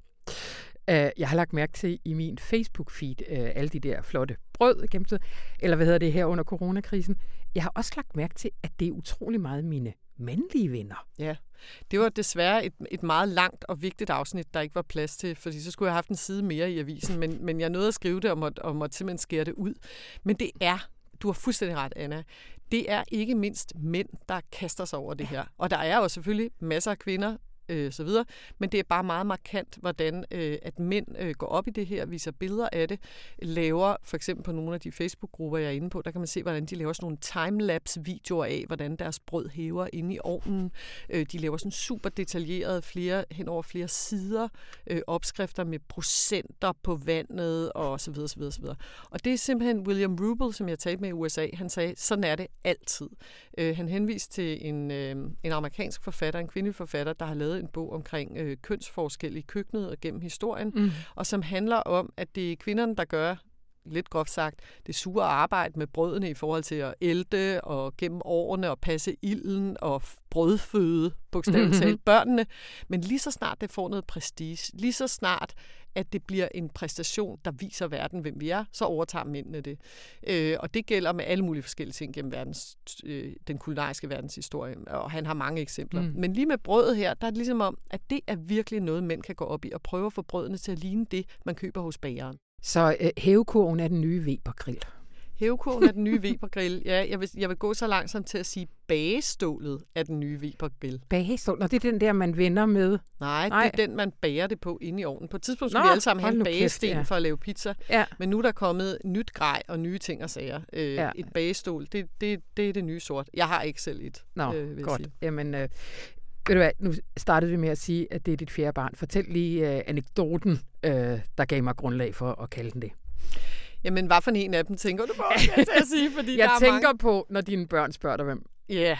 Jeg har lagt mærke til i min Facebook-feed alle de der flotte brød gennem tiden, eller hvad hedder det her under coronakrisen. Jeg har også lagt mærke til, at det er utrolig meget mine mandlige venner. Ja, det var desværre et meget langt og vigtigt afsnit, der ikke var plads til, fordi så skulle jeg have haft en side mere i avisen, men jeg nåede at skrive det og måtte simpelthen skære det ud. Men det er, du har fuldstændig ret, Anna, det er ikke mindst mænd, der kaster sig over det her. Og der er jo selvfølgelig masser af kvinder, så videre. Men det er bare meget markant, hvordan at mænd går op i det her, viser billeder af det, laver for eksempel på nogle af de Facebook-grupper, jeg er inde på, der kan man se, hvordan de laver sådan nogle timelapse-videoer af, hvordan deres brød hæver inde i ovnen. De laver sådan super detaljerede hen over flere sider, opskrifter med procenter på vandet og så videre, så videre, så videre. Og det er simpelthen William Rubel, som jeg talte med i USA, han sagde, sådan er det altid. Han henviste til en amerikansk forfatter, en kvindelig forfatter, der har lavet en bog omkring kønsforskel i køkkenet og gennem historien, og som handler om, at det er kvinderne, der gør, lidt groft sagt, det sure arbejde med brødene i forhold til at ælte og gennem årene og passe ilden og brødføde, bogstaveligt talt, børnene. Men lige så snart det får noget prestige, lige så snart at det bliver en præstation, der viser verden, hvem vi er, så overtager mændene det. Og det gælder med alle mulige forskellige ting gennem den kulinariske verdenshistorie, og han har mange eksempler. Men lige med brødet her, der er det ligesom om, at det er virkelig noget, mænd kan gå op i og prøve at få brødene til at ligne det, man køber hos bageren. Så hævekurven er den nye Weber-grill. Hævekurven er den nye Weber-grill. Ja, jeg vil gå så langsomt til at sige, bagestålet er den nye Weber-grill. Bagestålet? Og det er den der, man vender med? Nej, det er den, man bager det på inde i ovnen. På et tidspunkt skulle vi alle sammen have en bagesten for at lave pizza. Ja. Men nu er der kommet nyt grej og nye ting og sager. Et bagestol, det er det nye sort. Jeg har ikke selv et. Godt. Jamen, ved du hvad, nu startede vi med at sige, at det er dit fjerde barn. Fortæl lige anekdoten, der gav mig grundlag for at kalde den det. Jamen, hvad for en af dem tænker du på, til at sige? Fordi jeg tænker på, når dine børn spørger dig, hvem. Ja.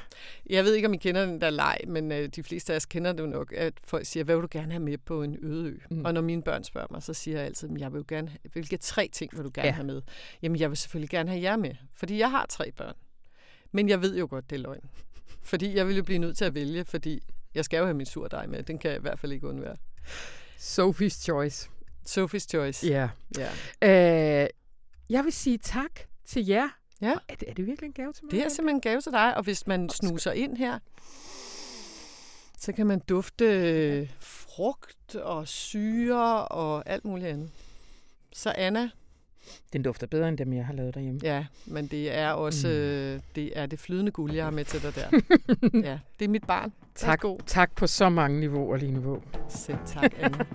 Jeg ved ikke, om I kender den der leg, men de fleste af os kender det jo nok, at folk siger, hvad vil du gerne have med på en øde ø? Og når mine børn spørger mig, så siger jeg altid, jeg vil jo gerne, hvilke 3 ting vil du gerne have med? Jamen, jeg vil selvfølgelig gerne have jer med, fordi jeg har 3 børn. Men jeg ved jo godt, det er løgn. Fordi jeg vil jo blive nødt til at vælge, fordi jeg skal jo have min surdej med. Den kan jeg i hvert fald ikke undvære. Sophie's Choice. Sophie's Choice. Ja. Jeg vil sige tak til jer. Ja. Er det virkelig en gave til mig? Det er simpelthen en gave til dig, og hvis man snuser ind her, så kan man dufte frugt og syre og alt muligt andet. Så Anna. Den dufter bedre end dem, jeg har lavet derhjemme. Ja, men det er også det flydende guld, jeg har med til dig der. Ja, det er mit barn. Tak på så mange niveauer lige nu. Selv tak, Anna.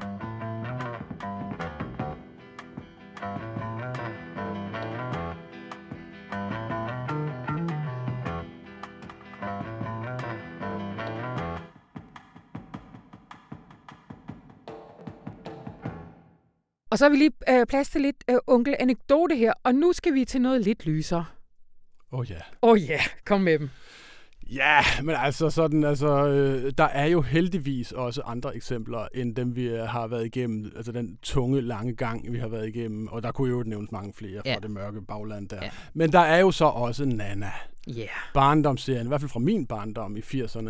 Og så har vi lige plads til lidt onkel-anekdote her, og nu skal vi til noget lidt lysere. Ja. Kom med dem. Ja, men altså der er jo heldigvis også andre eksempler, end dem vi har været igennem, altså den tunge, lange gang, vi har været igennem, og der kunne jo nævnes mange flere fra det mørke bagland der. Ja. Men der er jo så også Nana. Barndomsserien, i hvert fald fra min barndom i 80'erne,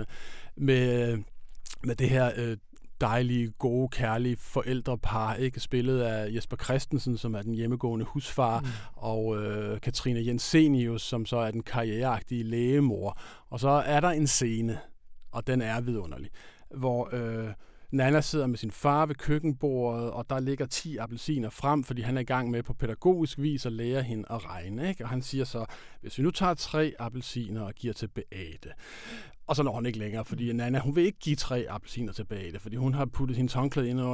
med det her dejlige, gode, kærlige forældrepar, ikke, spillet af Jesper Christensen, som er den hjemmegående husfar, og Katrine Jensenius, som så er den karriereagtige lægemor. Og så er der en scene, og den er vidunderlig, hvor Nana sidder med sin far ved køkkenbordet, og der ligger 10 appelsiner frem, fordi han er i gang med på pædagogisk vis at lære hende at regne. Ikke? Og han siger så, hvis vi nu tager 3 appelsiner og giver til Beate. Og så når hun ikke længere, fordi Nana, hun vil ikke give 3 appelsiner til Beate, fordi hun har puttet hendes håndklæde ind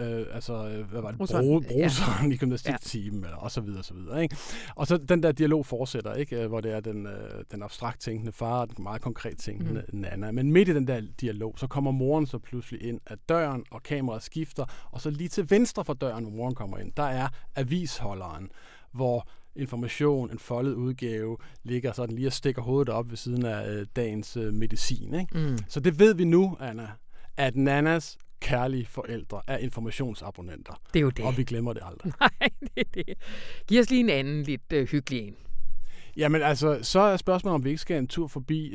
under, bruseren i gymnastiktimen, og så videre, så videre. Ikke? Og så den der dialog fortsætter, ikke? Hvor det er den abstrakt tænkende far og den meget konkret tænkende Nana. Men midt i den der dialog, så kommer moren så pludselig ind af døren, og kameraet skifter, og så lige til venstre for døren, hvor moren kommer ind, der er avisholderen, hvor Information, en foldet udgave, ligger sådan lige og stikker hovedet op ved siden af dagens medicin. Ikke? Så det ved vi nu, Anna, at Nanas kærlige forældre er informationsabonnenter. Det er jo det. Og vi glemmer det aldrig. Nej, det er det. Giv os lige en anden lidt hyggelig en. Jamen altså, så er spørgsmålet, om vi ikke skal en tur forbi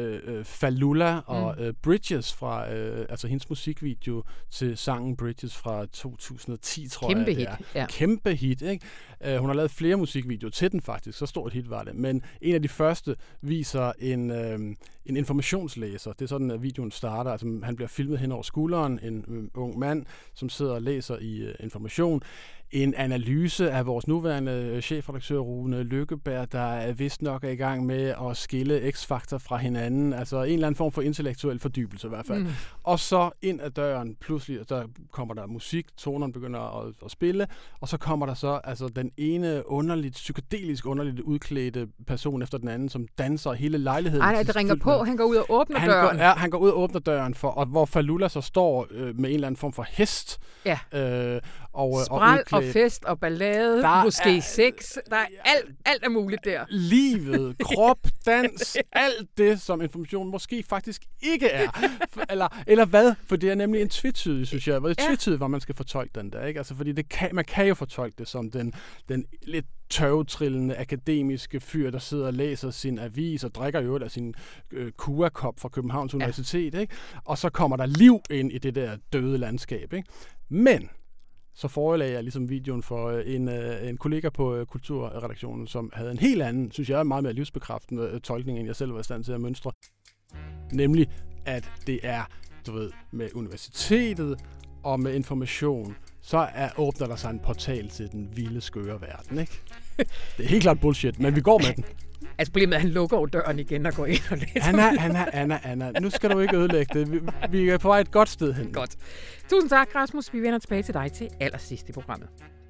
Fallulah og Bridges fra, altså hendes musikvideo til sangen Bridges fra 2010, tror jeg. Kæmpe hit. Ja. Kæmpe hit, ikke? Hun har lavet flere musikvideoer til den faktisk, så stort hit var det. Men en af de første viser en informationslæser. Det er sådan, at videoen starter. Altså, han bliver filmet hen over skulderen, en ung mand, som sidder og læser i Information. En analyse af vores nuværende chefredaktør Rune Lykkeberg, der vist nok er i gang med at skille X-Factor fra hinanden. Altså en eller anden form for intellektuel fordybelse i hvert fald. Og så ind ad døren, pludselig der kommer der musik, tonerne begynder at spille, og så kommer der så altså den ene psykedelisk underligt udklædte person efter den anden, som danser hele lejligheden. Nej, det ringer på, han går ud og åbner døren. Han går ud og åbner døren, og hvor Fallulah så står med en eller anden form for hest. Ja. Spral og fest og ballade, måske sex. Der er alt er muligt der. Livet, krop, dans, alt det, som Information måske faktisk ikke er. Eller hvad? For det er nemlig en tvetydig, synes jeg. Det er tvetydigt, hvor man skal fortolke den der. Ikke? Altså, fordi man kan jo fortolke det som den lidt tørvetrillende akademiske fyr, der sidder og læser sin avis og drikker jo af sin Kua-kop fra Københavns Universitet. Ikke? Og så kommer der liv ind i det der døde landskab. Ikke? Men så forelagde jeg ligesom videoen for en kollega på kulturredaktionen, som havde en helt anden, synes jeg, meget mere livsbekræftende tolkning, end jeg selv var i stand til at mønstre. Nemlig, at det er, med universitetet og med Information, så åbner der sig en portal til den vilde, skøre verden, ikke? Det er helt klart bullshit, men vi går med den. Altså problemet er, at han lukker over døren igen og går ind og læser. Anna, nu skal du ikke ødelægge det. Vi er på vej et godt sted hen. Godt. Tusind tak, Rasmus. Vi vender tilbage til dig til allersidst i programmet.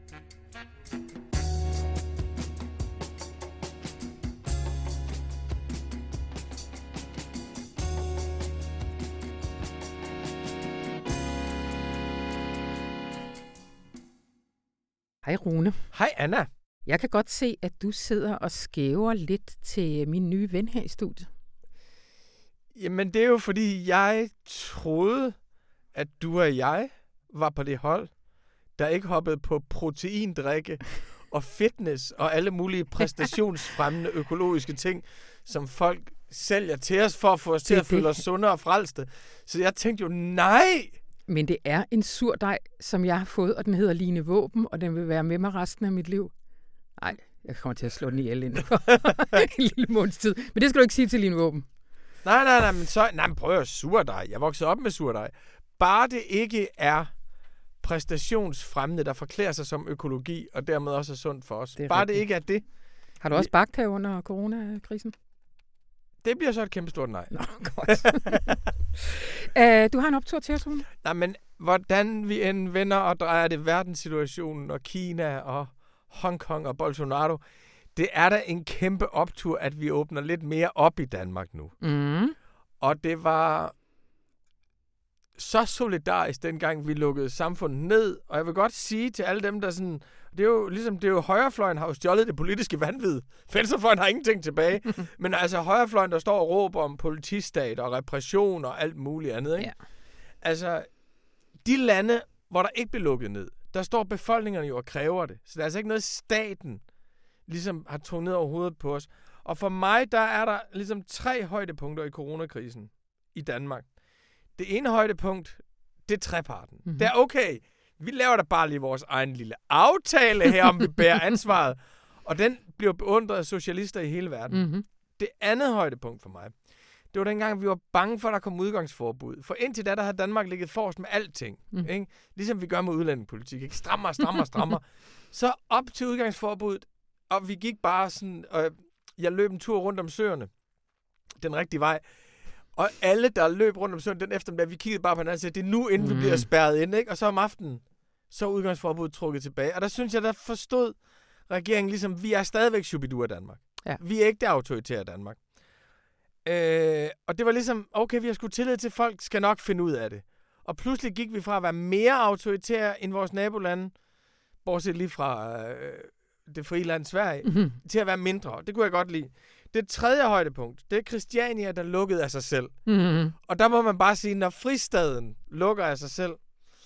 Hej Rune. Hej Anna. Jeg kan godt se, at du sidder og skæver lidt til min nye ven her i studiet. Jamen, det er jo fordi, jeg troede, at du og jeg var på det hold, der ikke hoppede på proteindrikke og fitness og alle mulige præstationsfremmende økologiske ting, som folk sælger til os for at få os til at føle os sundere og frelste. Så jeg tænkte jo, nej! Men det er en surdej, som jeg har fået, og den hedder Line Våben, og den vil være med mig resten af mit liv. Nej, jeg kommer til at slå den ihjel inden for en lille måneds tid. Men det skal du ikke sige til Line Våben. Nej, men prøv at surdej. Jeg voksede op med surdej. Bare det ikke er præstationsfremmende, der forklæder sig som økologi, og dermed også er sundt for os. Bare det ikke er det. Har du også bagt her under coronakrisen? Det bliver så et kæmpestort nej. Nå, godt. Du har en optur til os, Rune? Nej, men hvordan vi end vender og drejer det verdenssituationen og Kina og Hongkong og Bolsonaro, det er da en kæmpe optur, at vi åbner lidt mere op i Danmark nu. Og det var så solidarisk, dengang vi lukkede samfundet ned. Og jeg vil godt sige til alle dem, der sådan Det er jo højrefløjen har jo stjålet det politiske vanvid. Venstrefløjen har ingenting tilbage. Men altså højrefløjen, der står og råber om politistat og repression og alt muligt andet, ikke? Ja. Altså, de lande, hvor der ikke bliver lukket ned, der står befolkningerne jo og kræver det. Så der er altså ikke noget, staten ligesom har trukket ned over hovedet på os. Og for mig, der er der ligesom 3 højdepunkter i coronakrisen i Danmark. Det ene højdepunkt, det er treparten. Mm-hmm. Det er okay. Vi laver da bare lige vores egen lille aftale her, om vi bærer ansvaret. Og den bliver beundret af socialister i hele verden. Mm-hmm. Det andet højdepunkt for mig, det var dengang, vi var bange for, at der kom udgangsforbud. For indtil da, der havde Danmark ligget forrest med alting. Ikke? Ligesom vi gør med udlændingepolitik. Ikke? Strammer. Så op til udgangsforbuddet, og vi gik bare sådan, og jeg løb en tur rundt om søerne. Den rigtige vej. Og alle, der løb rundt om søerne den eftermiddag, vi kiggede bare på hinanden og sagde, det er nu, inden vi bliver spærret ind. Ikke? Og så om aftenen, så er udgangsforbuddet trukket tilbage. Og der synes jeg, der forstod regeringen ligesom, vi er stadigvæk Shubidua Danmark. Ja. Vi er ikke det autoritære Danmark. Og det var ligesom, okay, vi har sgu tillid til, folk skal nok finde ud af det. Og pludselig gik vi fra at være mere autoritære end vores nabolande, bortset lige fra det frie land Sverige, til at være mindre. Det kunne jeg godt lide. Det tredje højdepunkt, det er Christiania, der lukkede af sig selv. Mm-hmm. Og der må man bare sige, når fristaden lukker af sig selv,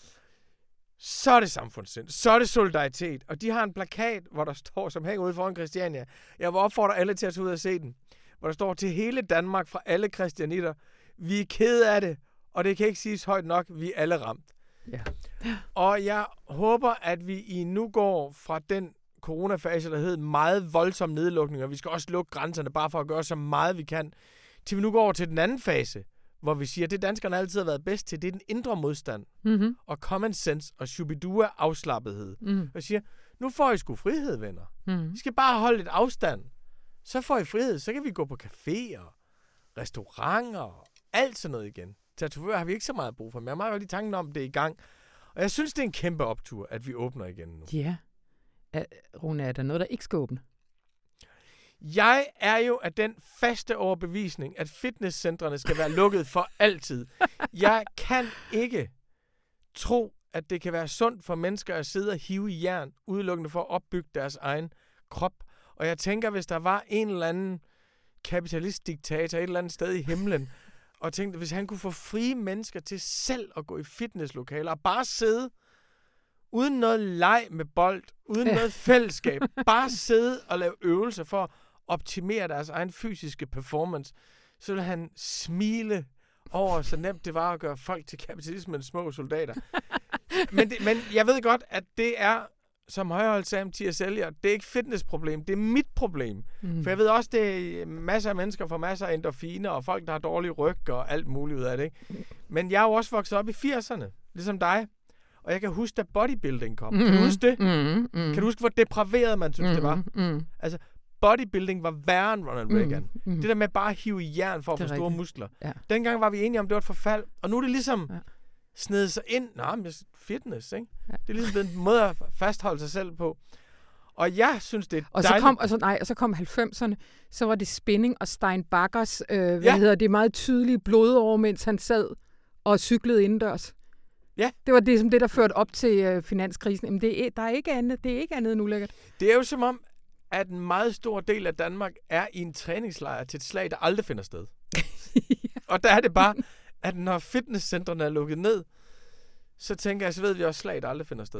så er det samfundssind, så er det solidaritet. Og de har en plakat, hvor der står, som hænger ude foran Christiania. Jeg vil opfordre alle til at tage ud og se den. Hvor der står til hele Danmark fra alle christianitter, vi er kede af det, og det kan ikke siges højt nok, vi er alle ramt. Ja. Og jeg håber, at vi nu går fra den coronafase, der hed meget voldsom nedlukning, og vi skal også lukke grænserne, bare for at gøre så meget vi kan, til vi nu går over til den anden fase, hvor vi siger, at det danskerne altid har været bedst til, det er den indre modstand, og common sense, og shubidua afslappethed. Og siger, nu får I sgu frihed, venner. I skal bare holde lidt afstand. Så får I frihed, så kan vi gå på caféer, restauranter, og alt sådan noget igen. Tatovører har vi ikke så meget brug for, men jeg har meget lige tanken om, det er i gang. Og jeg synes, det er en kæmpe optur, at vi åbner igen nu. Ja. Rune, er der noget, der ikke skal åbne? Jeg er jo af den faste overbevisning, at fitnesscentrene skal være lukket for altid. Jeg kan ikke tro, at det kan være sundt for mennesker at sidde og hive i jern, udelukkende for at opbygge deres egen krop. Og jeg tænker, hvis der var en eller anden kapitalistdiktator et eller andet sted i himlen, og tænkte, hvis han kunne få frie mennesker til selv at gå i fitnesslokaler og bare sidde uden noget leg med bold, uden noget fællesskab, bare sidde og lave øvelser for at optimere deres egen fysiske performance, så ville han smile over, så nemt det var at gøre folk til kapitalismens små soldater. Men jeg ved godt, at det er, som højholdt Sam Thier sælger, det er ikke fitnessproblem, det er mit problem. For jeg ved også, det er masser af mennesker får masser af endorfiner, og folk, der har dårlig ryg og alt muligt ud af det. Ikke? Men jeg er jo også vokset op i 80'erne, ligesom dig. Og jeg kan huske, da bodybuilding kom. Kan du huske det? Kan du huske, hvor depraveret man synes, det var? Altså, bodybuilding var værre end Ronald Reagan. Det der med bare at hive i jern for at få store muskler. Ja. Dengang var vi enige om, det var et forfald. Og nu er det ligesom snedet sig ind. Men fitness, ikke? Ja. Det er ligesom den måde at fastholde sig selv på. Og jeg synes, det er dejligt. Og så kom 90'erne. Så var det spinning og Steinbackers, det meget tydelige blodår, mens han sad og cyklede indendørs. Ja. Det var det, som det, der førte op til finanskrisen. Men det er ikke andet end ulækkert. Det er jo som om, at en meget stor del af Danmark er i en træningslejr til et slag, der aldrig finder sted. Og der er det bare, at når fitnesscentrene er lukket ned, så tænker jeg, så ved vi også slag, der aldrig finder sted.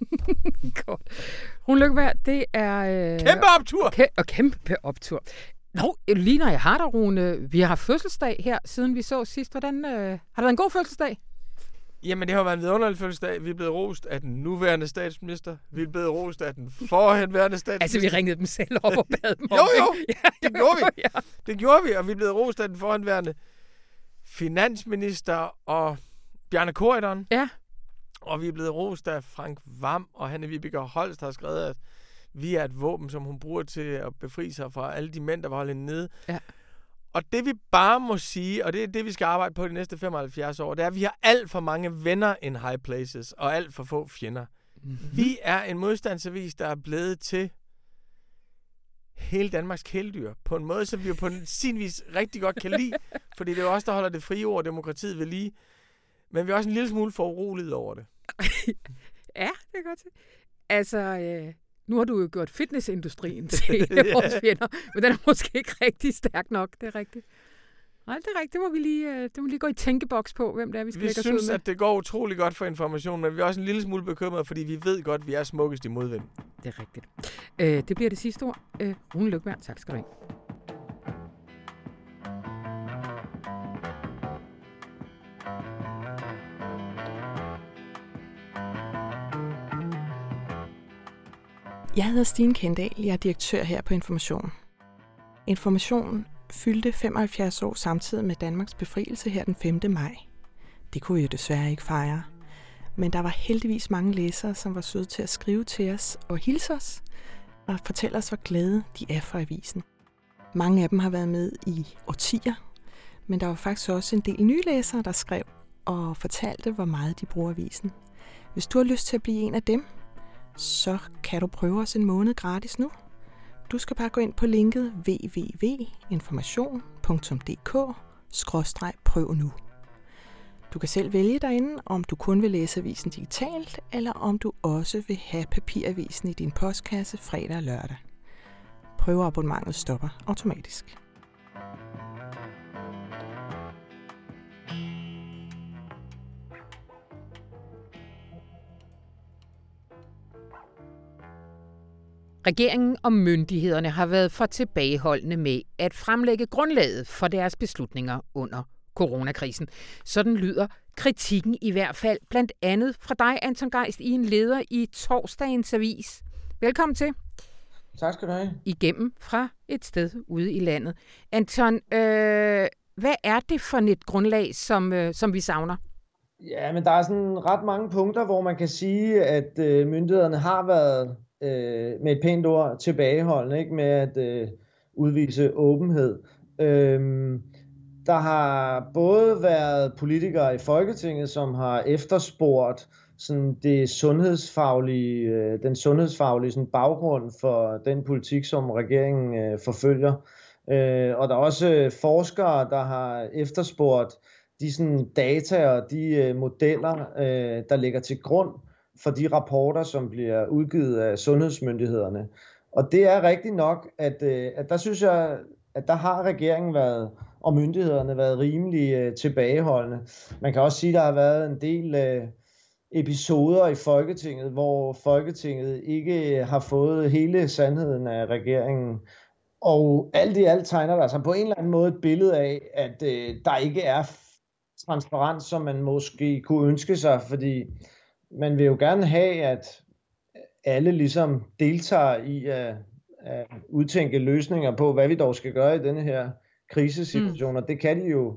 Godt. Rune Lykkeberg, det er... kæmpe optur! Kæmpe optur. Nå, lige når jeg har dig, Rune, vi har fødselsdag her, siden vi så sidst. Hvordan har det været en god fødselsdag? Jamen, det har været en vidunderlig fødselsdag. Vi er blevet rost af den nuværende statsminister. Vi er blevet rost af den forhenværende statsminister. Altså, vi ringede dem selv op og bad dem om Jo, det gjorde vi. Ja. Det gjorde vi, og vi er blevet rost af den forhenværende finansminister og Bjarne Corydon. Ja. Og vi er blevet rost af Frank Hvam og Hanne-Vibeke Holst, der har skrevet, at vi er et våben, som hun bruger til at befri sig fra alle de mænd, der var holdt hende nede. Ja. Og det vi bare må sige, og det er det, vi skal arbejde på de næste 75 år, det er, at vi har alt for mange venner in high places, og alt for få fjender. Vi er en modstandsavis, der er blevet til hele Danmarks kæledyr, på en måde, som vi jo på sin vis rigtig godt kan lide, fordi det er jo også der holder det frie ord og demokratiet ved lige. Men vi er også en lille smule foruroliget over det. Ja, det er godt. altså, nu har du jo gjort fitnessindustrien til vores fjender, men den er måske ikke rigtig stærk nok, det er rigtigt. Nej, det er rigtigt. Det må lige gå i tænkeboks på, hvem det er, vi skal lægge os ud med. Vi synes, at det går utrolig godt for information, men vi er også en lille smule bekymrede, fordi vi ved godt, at vi er smukkest i modvind. Det er rigtigt. Det bliver det sidste ord. Rune Lykkeberg, tak skal du have. Jeg hedder Stine Kendahl. Jeg er direktør her på Information. Information fyldte 75 år samtidig med Danmarks befrielse her den 5. maj. Det kunne vi jo desværre ikke fejre. Men der var heldigvis mange læsere, som var søde til at skrive til os og hilse os og fortælle os, hvor glade de er for avisen. Mange af dem har været med i årtier, men der var faktisk også en del nye læsere, der skrev og fortalte, hvor meget de bruger avisen. Hvis du har lyst til at blive en af dem, så kan du prøve os en måned gratis nu. Du skal bare gå ind på linket www.information.dk/prøv nu. Du kan selv vælge derinde, om du kun vil læse avisen digitalt, eller om du også vil have papiravisen i din postkasse fredag og lørdag. Prøveabonnementet stopper automatisk. Regeringen og myndighederne har været for tilbageholdende med at fremlægge grundlaget for deres beslutninger under coronakrisen. Sådan lyder kritikken i hvert fald blandt andet fra dig, Anton Geist, i en leder i Torsdagens Avis. Velkommen til. Tak skal du have. Igennem fra et sted ude i landet. Anton, hvad er det for et grundlag, som vi savner? Ja, men der er sådan ret mange punkter, hvor man kan sige, at myndighederne har været med et pænt ord tilbageholdende, ikke, med at udvise åbenhed. Der har både været politikere i Folketinget, som har efterspurgt sådan den sundhedsfaglige sådan baggrund for den politik, som regeringen forfølger. Og der er også forskere, der har efterspurgt de sådan data og de modeller, der ligger til grund for de rapporter, som bliver udgivet af sundhedsmyndighederne. Og det er rigtigt nok, at der synes jeg, at der har regeringen været, og myndighederne været rimelig tilbageholdende. Man kan også sige, at der har været en del episoder i Folketinget, hvor Folketinget ikke har fået hele sandheden af regeringen. Og alt i alt tegner der sig på en eller anden måde et billede af, at der ikke er transparens, som man måske kunne ønske sig, fordi man vil jo gerne have, at alle ligesom deltager i at udtænke løsninger på, hvad vi dog skal gøre i denne her krisesituation, og det kan de jo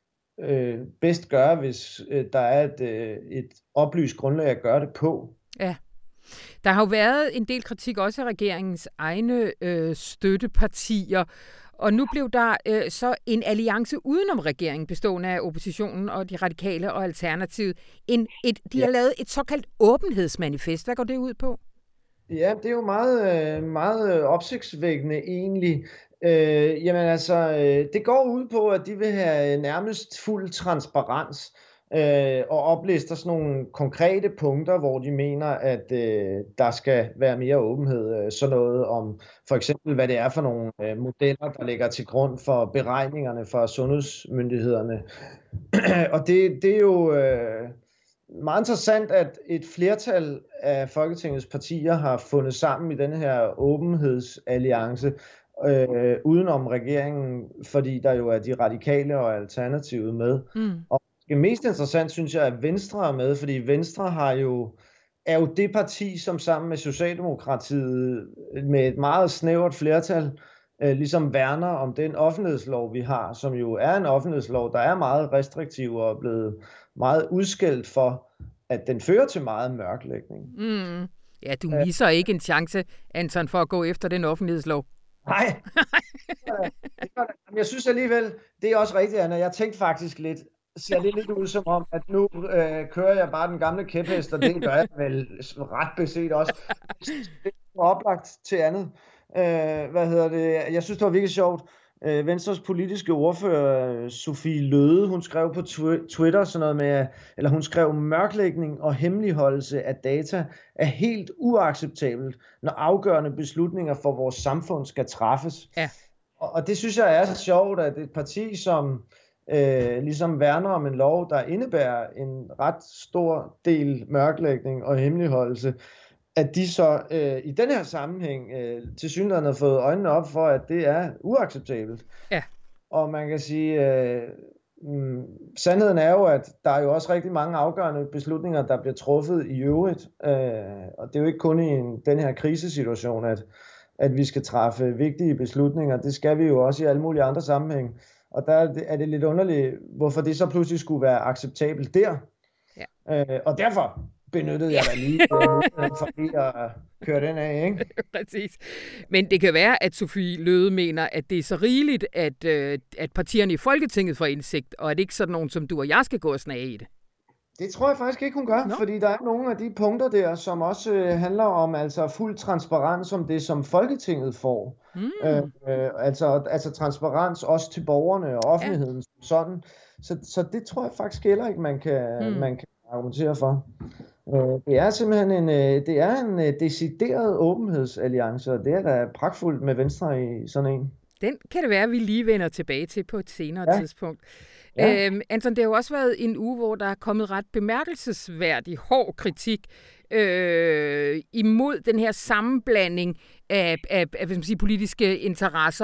bedst gøre, hvis der er et oplyst grundlag at gøre det på. Ja. Der har jo været en del kritik også af regeringens egne støttepartier, og nu blev der så en alliance udenom regeringen, bestående af oppositionen og de radikale og Alternativet. De har lavet et såkaldt åbenhedsmanifest. Hvad går det ud på? Ja, det er jo meget opsigtsvækkende egentlig. Jamen altså, det går ud på, at de vil have nærmest fuld transparens og oplister sådan nogle konkrete punkter, hvor de mener, at der skal være mere åbenhed. Sådan noget om for eksempel, hvad det er for nogle modeller, der ligger til grund for beregningerne fra sundhedsmyndighederne. Og det er jo meget interessant, at et flertal af Folketingets partier har fundet sammen i denne her åbenhedsalliance udenom regeringen, fordi der jo er de radikale og Alternativet med. Og det mest interessant synes jeg, at Venstre er med, fordi Venstre er jo det parti, som sammen med Socialdemokratiet med et meget snævert flertal ligesom værner om den offentlighedslov, vi har, som jo er en offentlighedslov, der er meget restriktiv og er blevet meget udskældt for, at den fører til meget mørklægning. Ja, du misser ikke en chance, Anton, for at gå efter den offentlighedslov. Nej. Jeg synes alligevel, det er også rigtigt, Anna. Jeg tænkte faktisk ser det lidt ud som om, at nu kører jeg bare den gamle kæphest, og det gør jeg vel ret beset også. Det er oplagt til andet. Jeg synes, det var virkelig sjovt. Venstres politiske ordfører, Sofie Løhde, hun skrev på Twitter sådan noget med, eller hun skrev, mørklægning og hemmeligholdelse af data er helt uacceptabelt, når afgørende beslutninger for vores samfund skal træffes. Ja. Og det synes jeg er så sjovt, at et parti, som ligesom værner om en lov, der indebærer en ret stor del mørklægning og hemmeligholdelse, at de så i den her sammenhæng tilsyneladende har fået øjnene op for, at det er uacceptabelt. Ja. Og man kan sige, sandheden er jo, at der er jo også rigtig mange afgørende beslutninger, der bliver truffet i øvrigt. Og det er jo ikke kun i den her krisesituation, at vi skal træffe vigtige beslutninger. Det skal vi jo også i alle mulige andre sammenhæng. Og der er det lidt underligt, hvorfor det så pludselig skulle være acceptabelt der. Ja. Og derfor benyttede jeg da lige for at køre den af, ikke? Præcis. Men det kan være, at Sofie Løhde mener, at det er så rigeligt, at partierne i Folketinget får indsigt, og at ikke sådan nogen som du og jeg skal gå og snage i det. Det tror jeg faktisk ikke, hun gør, fordi der er nogle af de punkter der, som også handler om altså fuld transparens om det, som Folketinget får. Altså transparens også til borgerne og offentligheden sådan. Så det tror jeg faktisk heller ikke, man kan argumentere for. Det er simpelthen en decideret åbenhedsalliance, og det er da pragtfuldt med Venstre i sådan en. Den kan det være, at vi lige vender tilbage til på et senere tidspunkt. Ja. Anton, det har jo også været en uge, hvor der er kommet ret bemærkelsesværdig hård kritik imod den her sammenblanding af hvad man siger, politiske interesser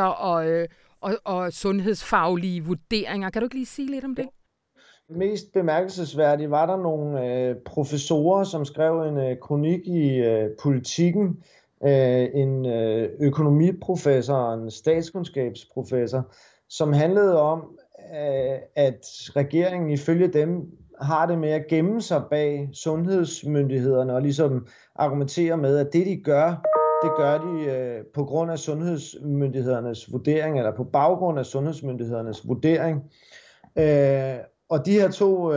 og sundhedsfaglige vurderinger. Kan du ikke lige sige lidt om det? Mest bemærkelsesværdigt var der nogle professorer, som skrev en kronik i Politikken, en økonomiprofessor og en statskundskabsprofessor, som handlede om, at regeringen ifølge dem har det med at gemme sig bag sundhedsmyndighederne og ligesom argumentere med, at det de gør, det gør de på grund af sundhedsmyndighedernes vurdering, eller på baggrund af sundhedsmyndighedernes vurdering. Og de her to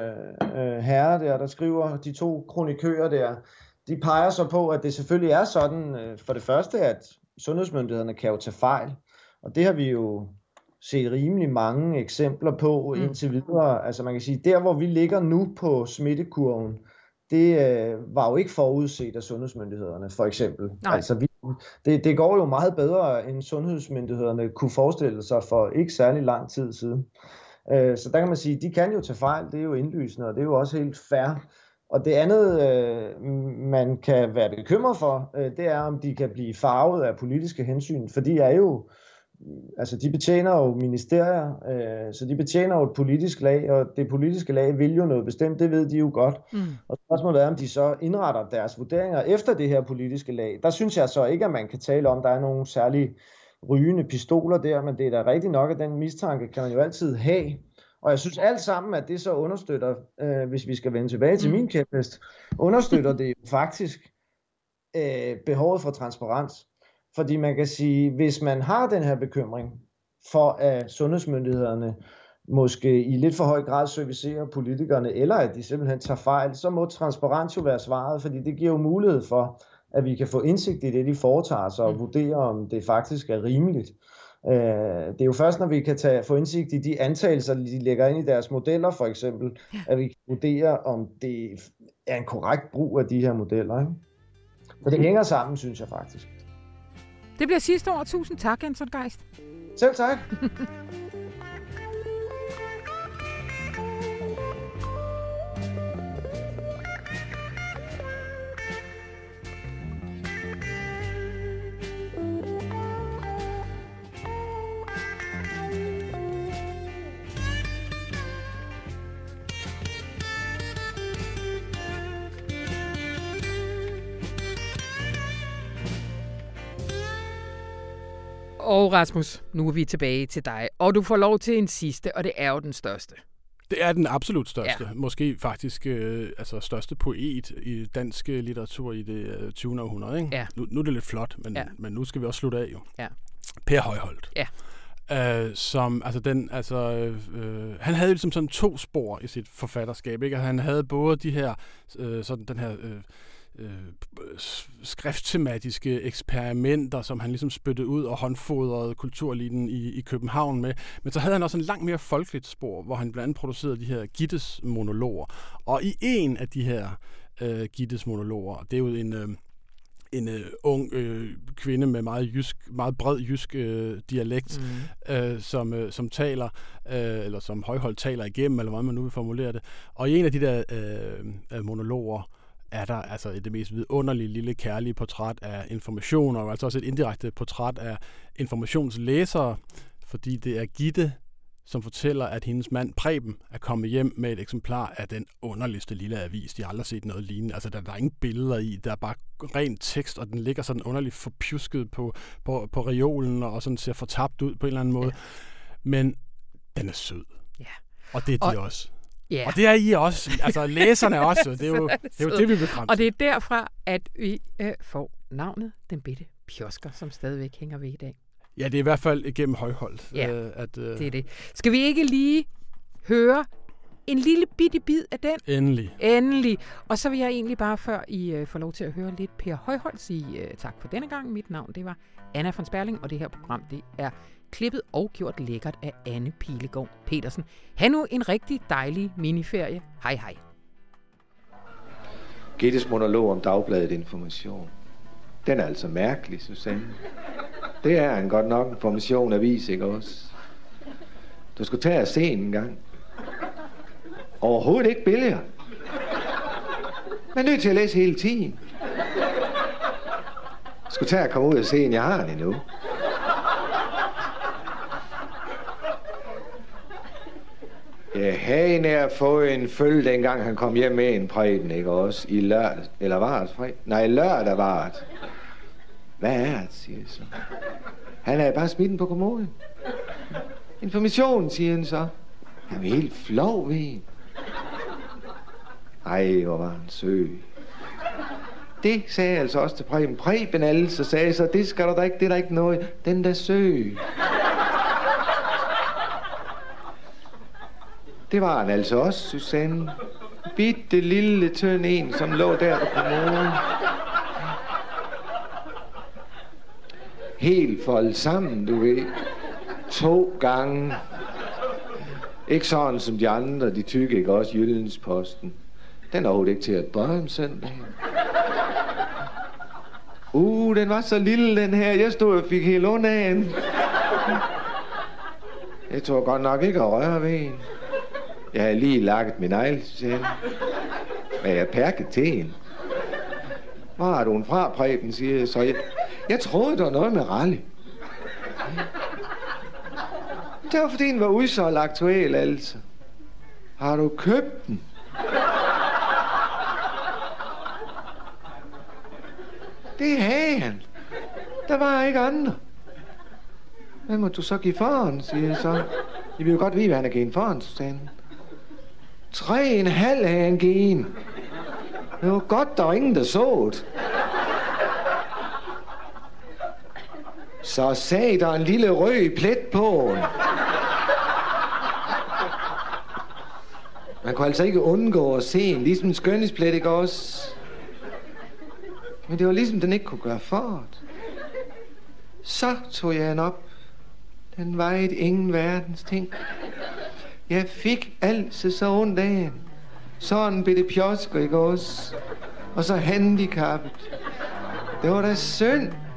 herrer der skriver, de to kronikører der, de peger så på, at det selvfølgelig er sådan, for det første, at sundhedsmyndighederne kan jo tage fejl. Og det har vi jo set rimelig mange eksempler på indtil videre. Altså man kan sige, der hvor vi ligger nu på smittekurven, det var jo ikke forudset af sundhedsmyndighederne, for eksempel. Nej. Altså det går jo meget bedre, end sundhedsmyndighederne kunne forestille sig for ikke særlig lang tid siden. Så der kan man sige, de kan jo tage fejl, det er jo indlysende, og det er jo også helt fair. Og det andet, man kan være bekymret for, det er, om de kan blive farvet af politiske hensyn, for de er jo, altså de betjener jo ministerier, så de betjener jo et politisk lag, og det politiske lag vil jo noget bestemt, det ved de jo godt. Og spørgsmålet er, om de så indretter deres vurderinger efter det her politiske lag. Der synes jeg så ikke, at man kan tale om, der er nogle særlige rygende pistoler der, men det er da rigtigt nok, at den mistanke kan man jo altid have. Og jeg synes alt sammen, at det så understøtter, hvis vi skal vende tilbage til min kæphest, understøtter det jo faktisk behovet for transparens. Fordi man kan sige, hvis man har den her bekymring for, at sundhedsmyndighederne måske i lidt for høj grad servicerer politikerne, eller at de simpelthen tager fejl, så må transparens jo være svaret, fordi det giver jo mulighed for, at vi kan få indsigt i det, de foretager sig, og vurdere, om det faktisk er rimeligt. Det er jo først, når vi kan få indsigt i de antagelser, de lægger ind i deres modeller, for eksempel, at vi kan vurdere, om det er en korrekt brug af de her modeller. Ikke? Så det hænger sammen, synes jeg faktisk. Det bliver sidste år. Tusind tak, Anton Geist. Selv tak. Og Rasmus, nu er vi tilbage til dig, og du får lov til en sidste, og det er jo den største. Det er den absolut største. Ja. Måske faktisk største poet i dansk litteratur i det 20. århundrede. Ikke? Ja. Nu er det lidt flot, men nu skal vi også slutte af jo. Ja. Per Højholt. Ja. Han havde ligesom sådan to spor i sit forfatterskab. Ikke? Han havde både de her, sådan den her skrifttematiske eksperimenter, som han ligesom spyttede ud og håndfodrede kultureliten i København med. Men så havde han også en langt mere folkeligt spor, hvor han blandt andet producerede de her Gittes monologer. Og i en af de her Gittes monologer, det er jo en ung kvinde med meget bred jysk dialekt, som taler, eller som Højholt taler igennem, eller hvordan man nu vil formulere det. Og i en af de der monologer er der altså det mest vidunderlige lille kærlige portræt af Information, og altså også et indirekte portræt af informationslæsere, fordi det er Gitte, som fortæller, at hendes mand Preben er kommet hjem med et eksemplar af den underligste lille avis. De har aldrig set noget lignende. Altså, der er ingen billeder i. Der er bare ren tekst, og den ligger sådan underligt forpjusket på reolen, og sådan ser fortabt ud på en eller anden måde. Ja. Men den er sød. Ja. Og det er de også. Yeah. Og det er I også. Altså, læserne også. Det er jo det, vi vil frem til. Og det er derfra, at vi får navnet Den Bitte Pjosker, som stadigvæk hænger ved i dag. Ja, det er i hvert fald igennem Højholt. Ja, det er det. Skal vi ikke lige høre en lille bitte bid af den? Endelig. Og så vil jeg egentlig bare, før I får lov til at høre lidt Per Højholt, sige tak for denne gang. Mit navn, det var Anna von Sperling, og det her program, det er klippet og gjort lækkert af Anne Pilegaard Petersen. Ha' nu en rigtig dejlig miniferie. Hej hej. Gittes monolog om Dagbladet Information. Den er altså mærkelig, Susanne. Det er en godt nok information-avis, ikke også? Du skulle tage og se en gang. Overhovedet ikke billeder. Man er nødt til at læse hele tiden. Du skulle tage og komme ud og se en, jeg har den endnu. Jeg havde nær fået en følge, dengang han kom hjem med en Preben, ikke også? I lørdag, eller var det fredag? Nej, lørdag var det. Hvad er det, siger jeg så. Han havde bare smidt den på kommoden. Information, siger han så. Han er helt flov ved en. Ej, hvor var han søg. Det sagde jeg altså også til Preben. Preben altså sagde så, det skal der da ikke, det er der ikke noget. Den der søg. Det var han altså også, Susanne. Bitte lille tynd en, som lå der på kommoden. Helt foldet sammen, du ved. 2 gange. Ikke sådan som de andre, de tykke, ikke også? Jyllandsposten. Den er overhovedet ikke til at drømme søndag. Den var så lille, den her. Jeg stod og fik helt ondt af den. Jeg tror godt nok ikke at røre ved en. Jeg havde lige lagt min negl, Susanne. Men jeg perkede til en. Hvor har du en fra, Preben, siger jeg så. Jeg troede, der var noget med rally. Det var fordi den var udsolgt aktuel, altså. Har du købt den? Det havde han. Der var ikke andre. Hvad må du så give foran, siger jeg så. Jeg vil jo godt vide, hvad han har givet foran, Susanne. 3,5 havde han givet. Det var godt, der var ingen, der så det. Så sagde der en lille rød plet på. Man kunne altså ikke undgå at se en, ligesom en skønhedsplet, ikke også? Men det var ligesom, den ikke kunne gøre for det. Så tog jeg den op. Den vejede ingen verdens ting. Jeg fik altså så ondt af den. Sådan blev det pjosker, ikke også? Og så handicappet. Det var da synd.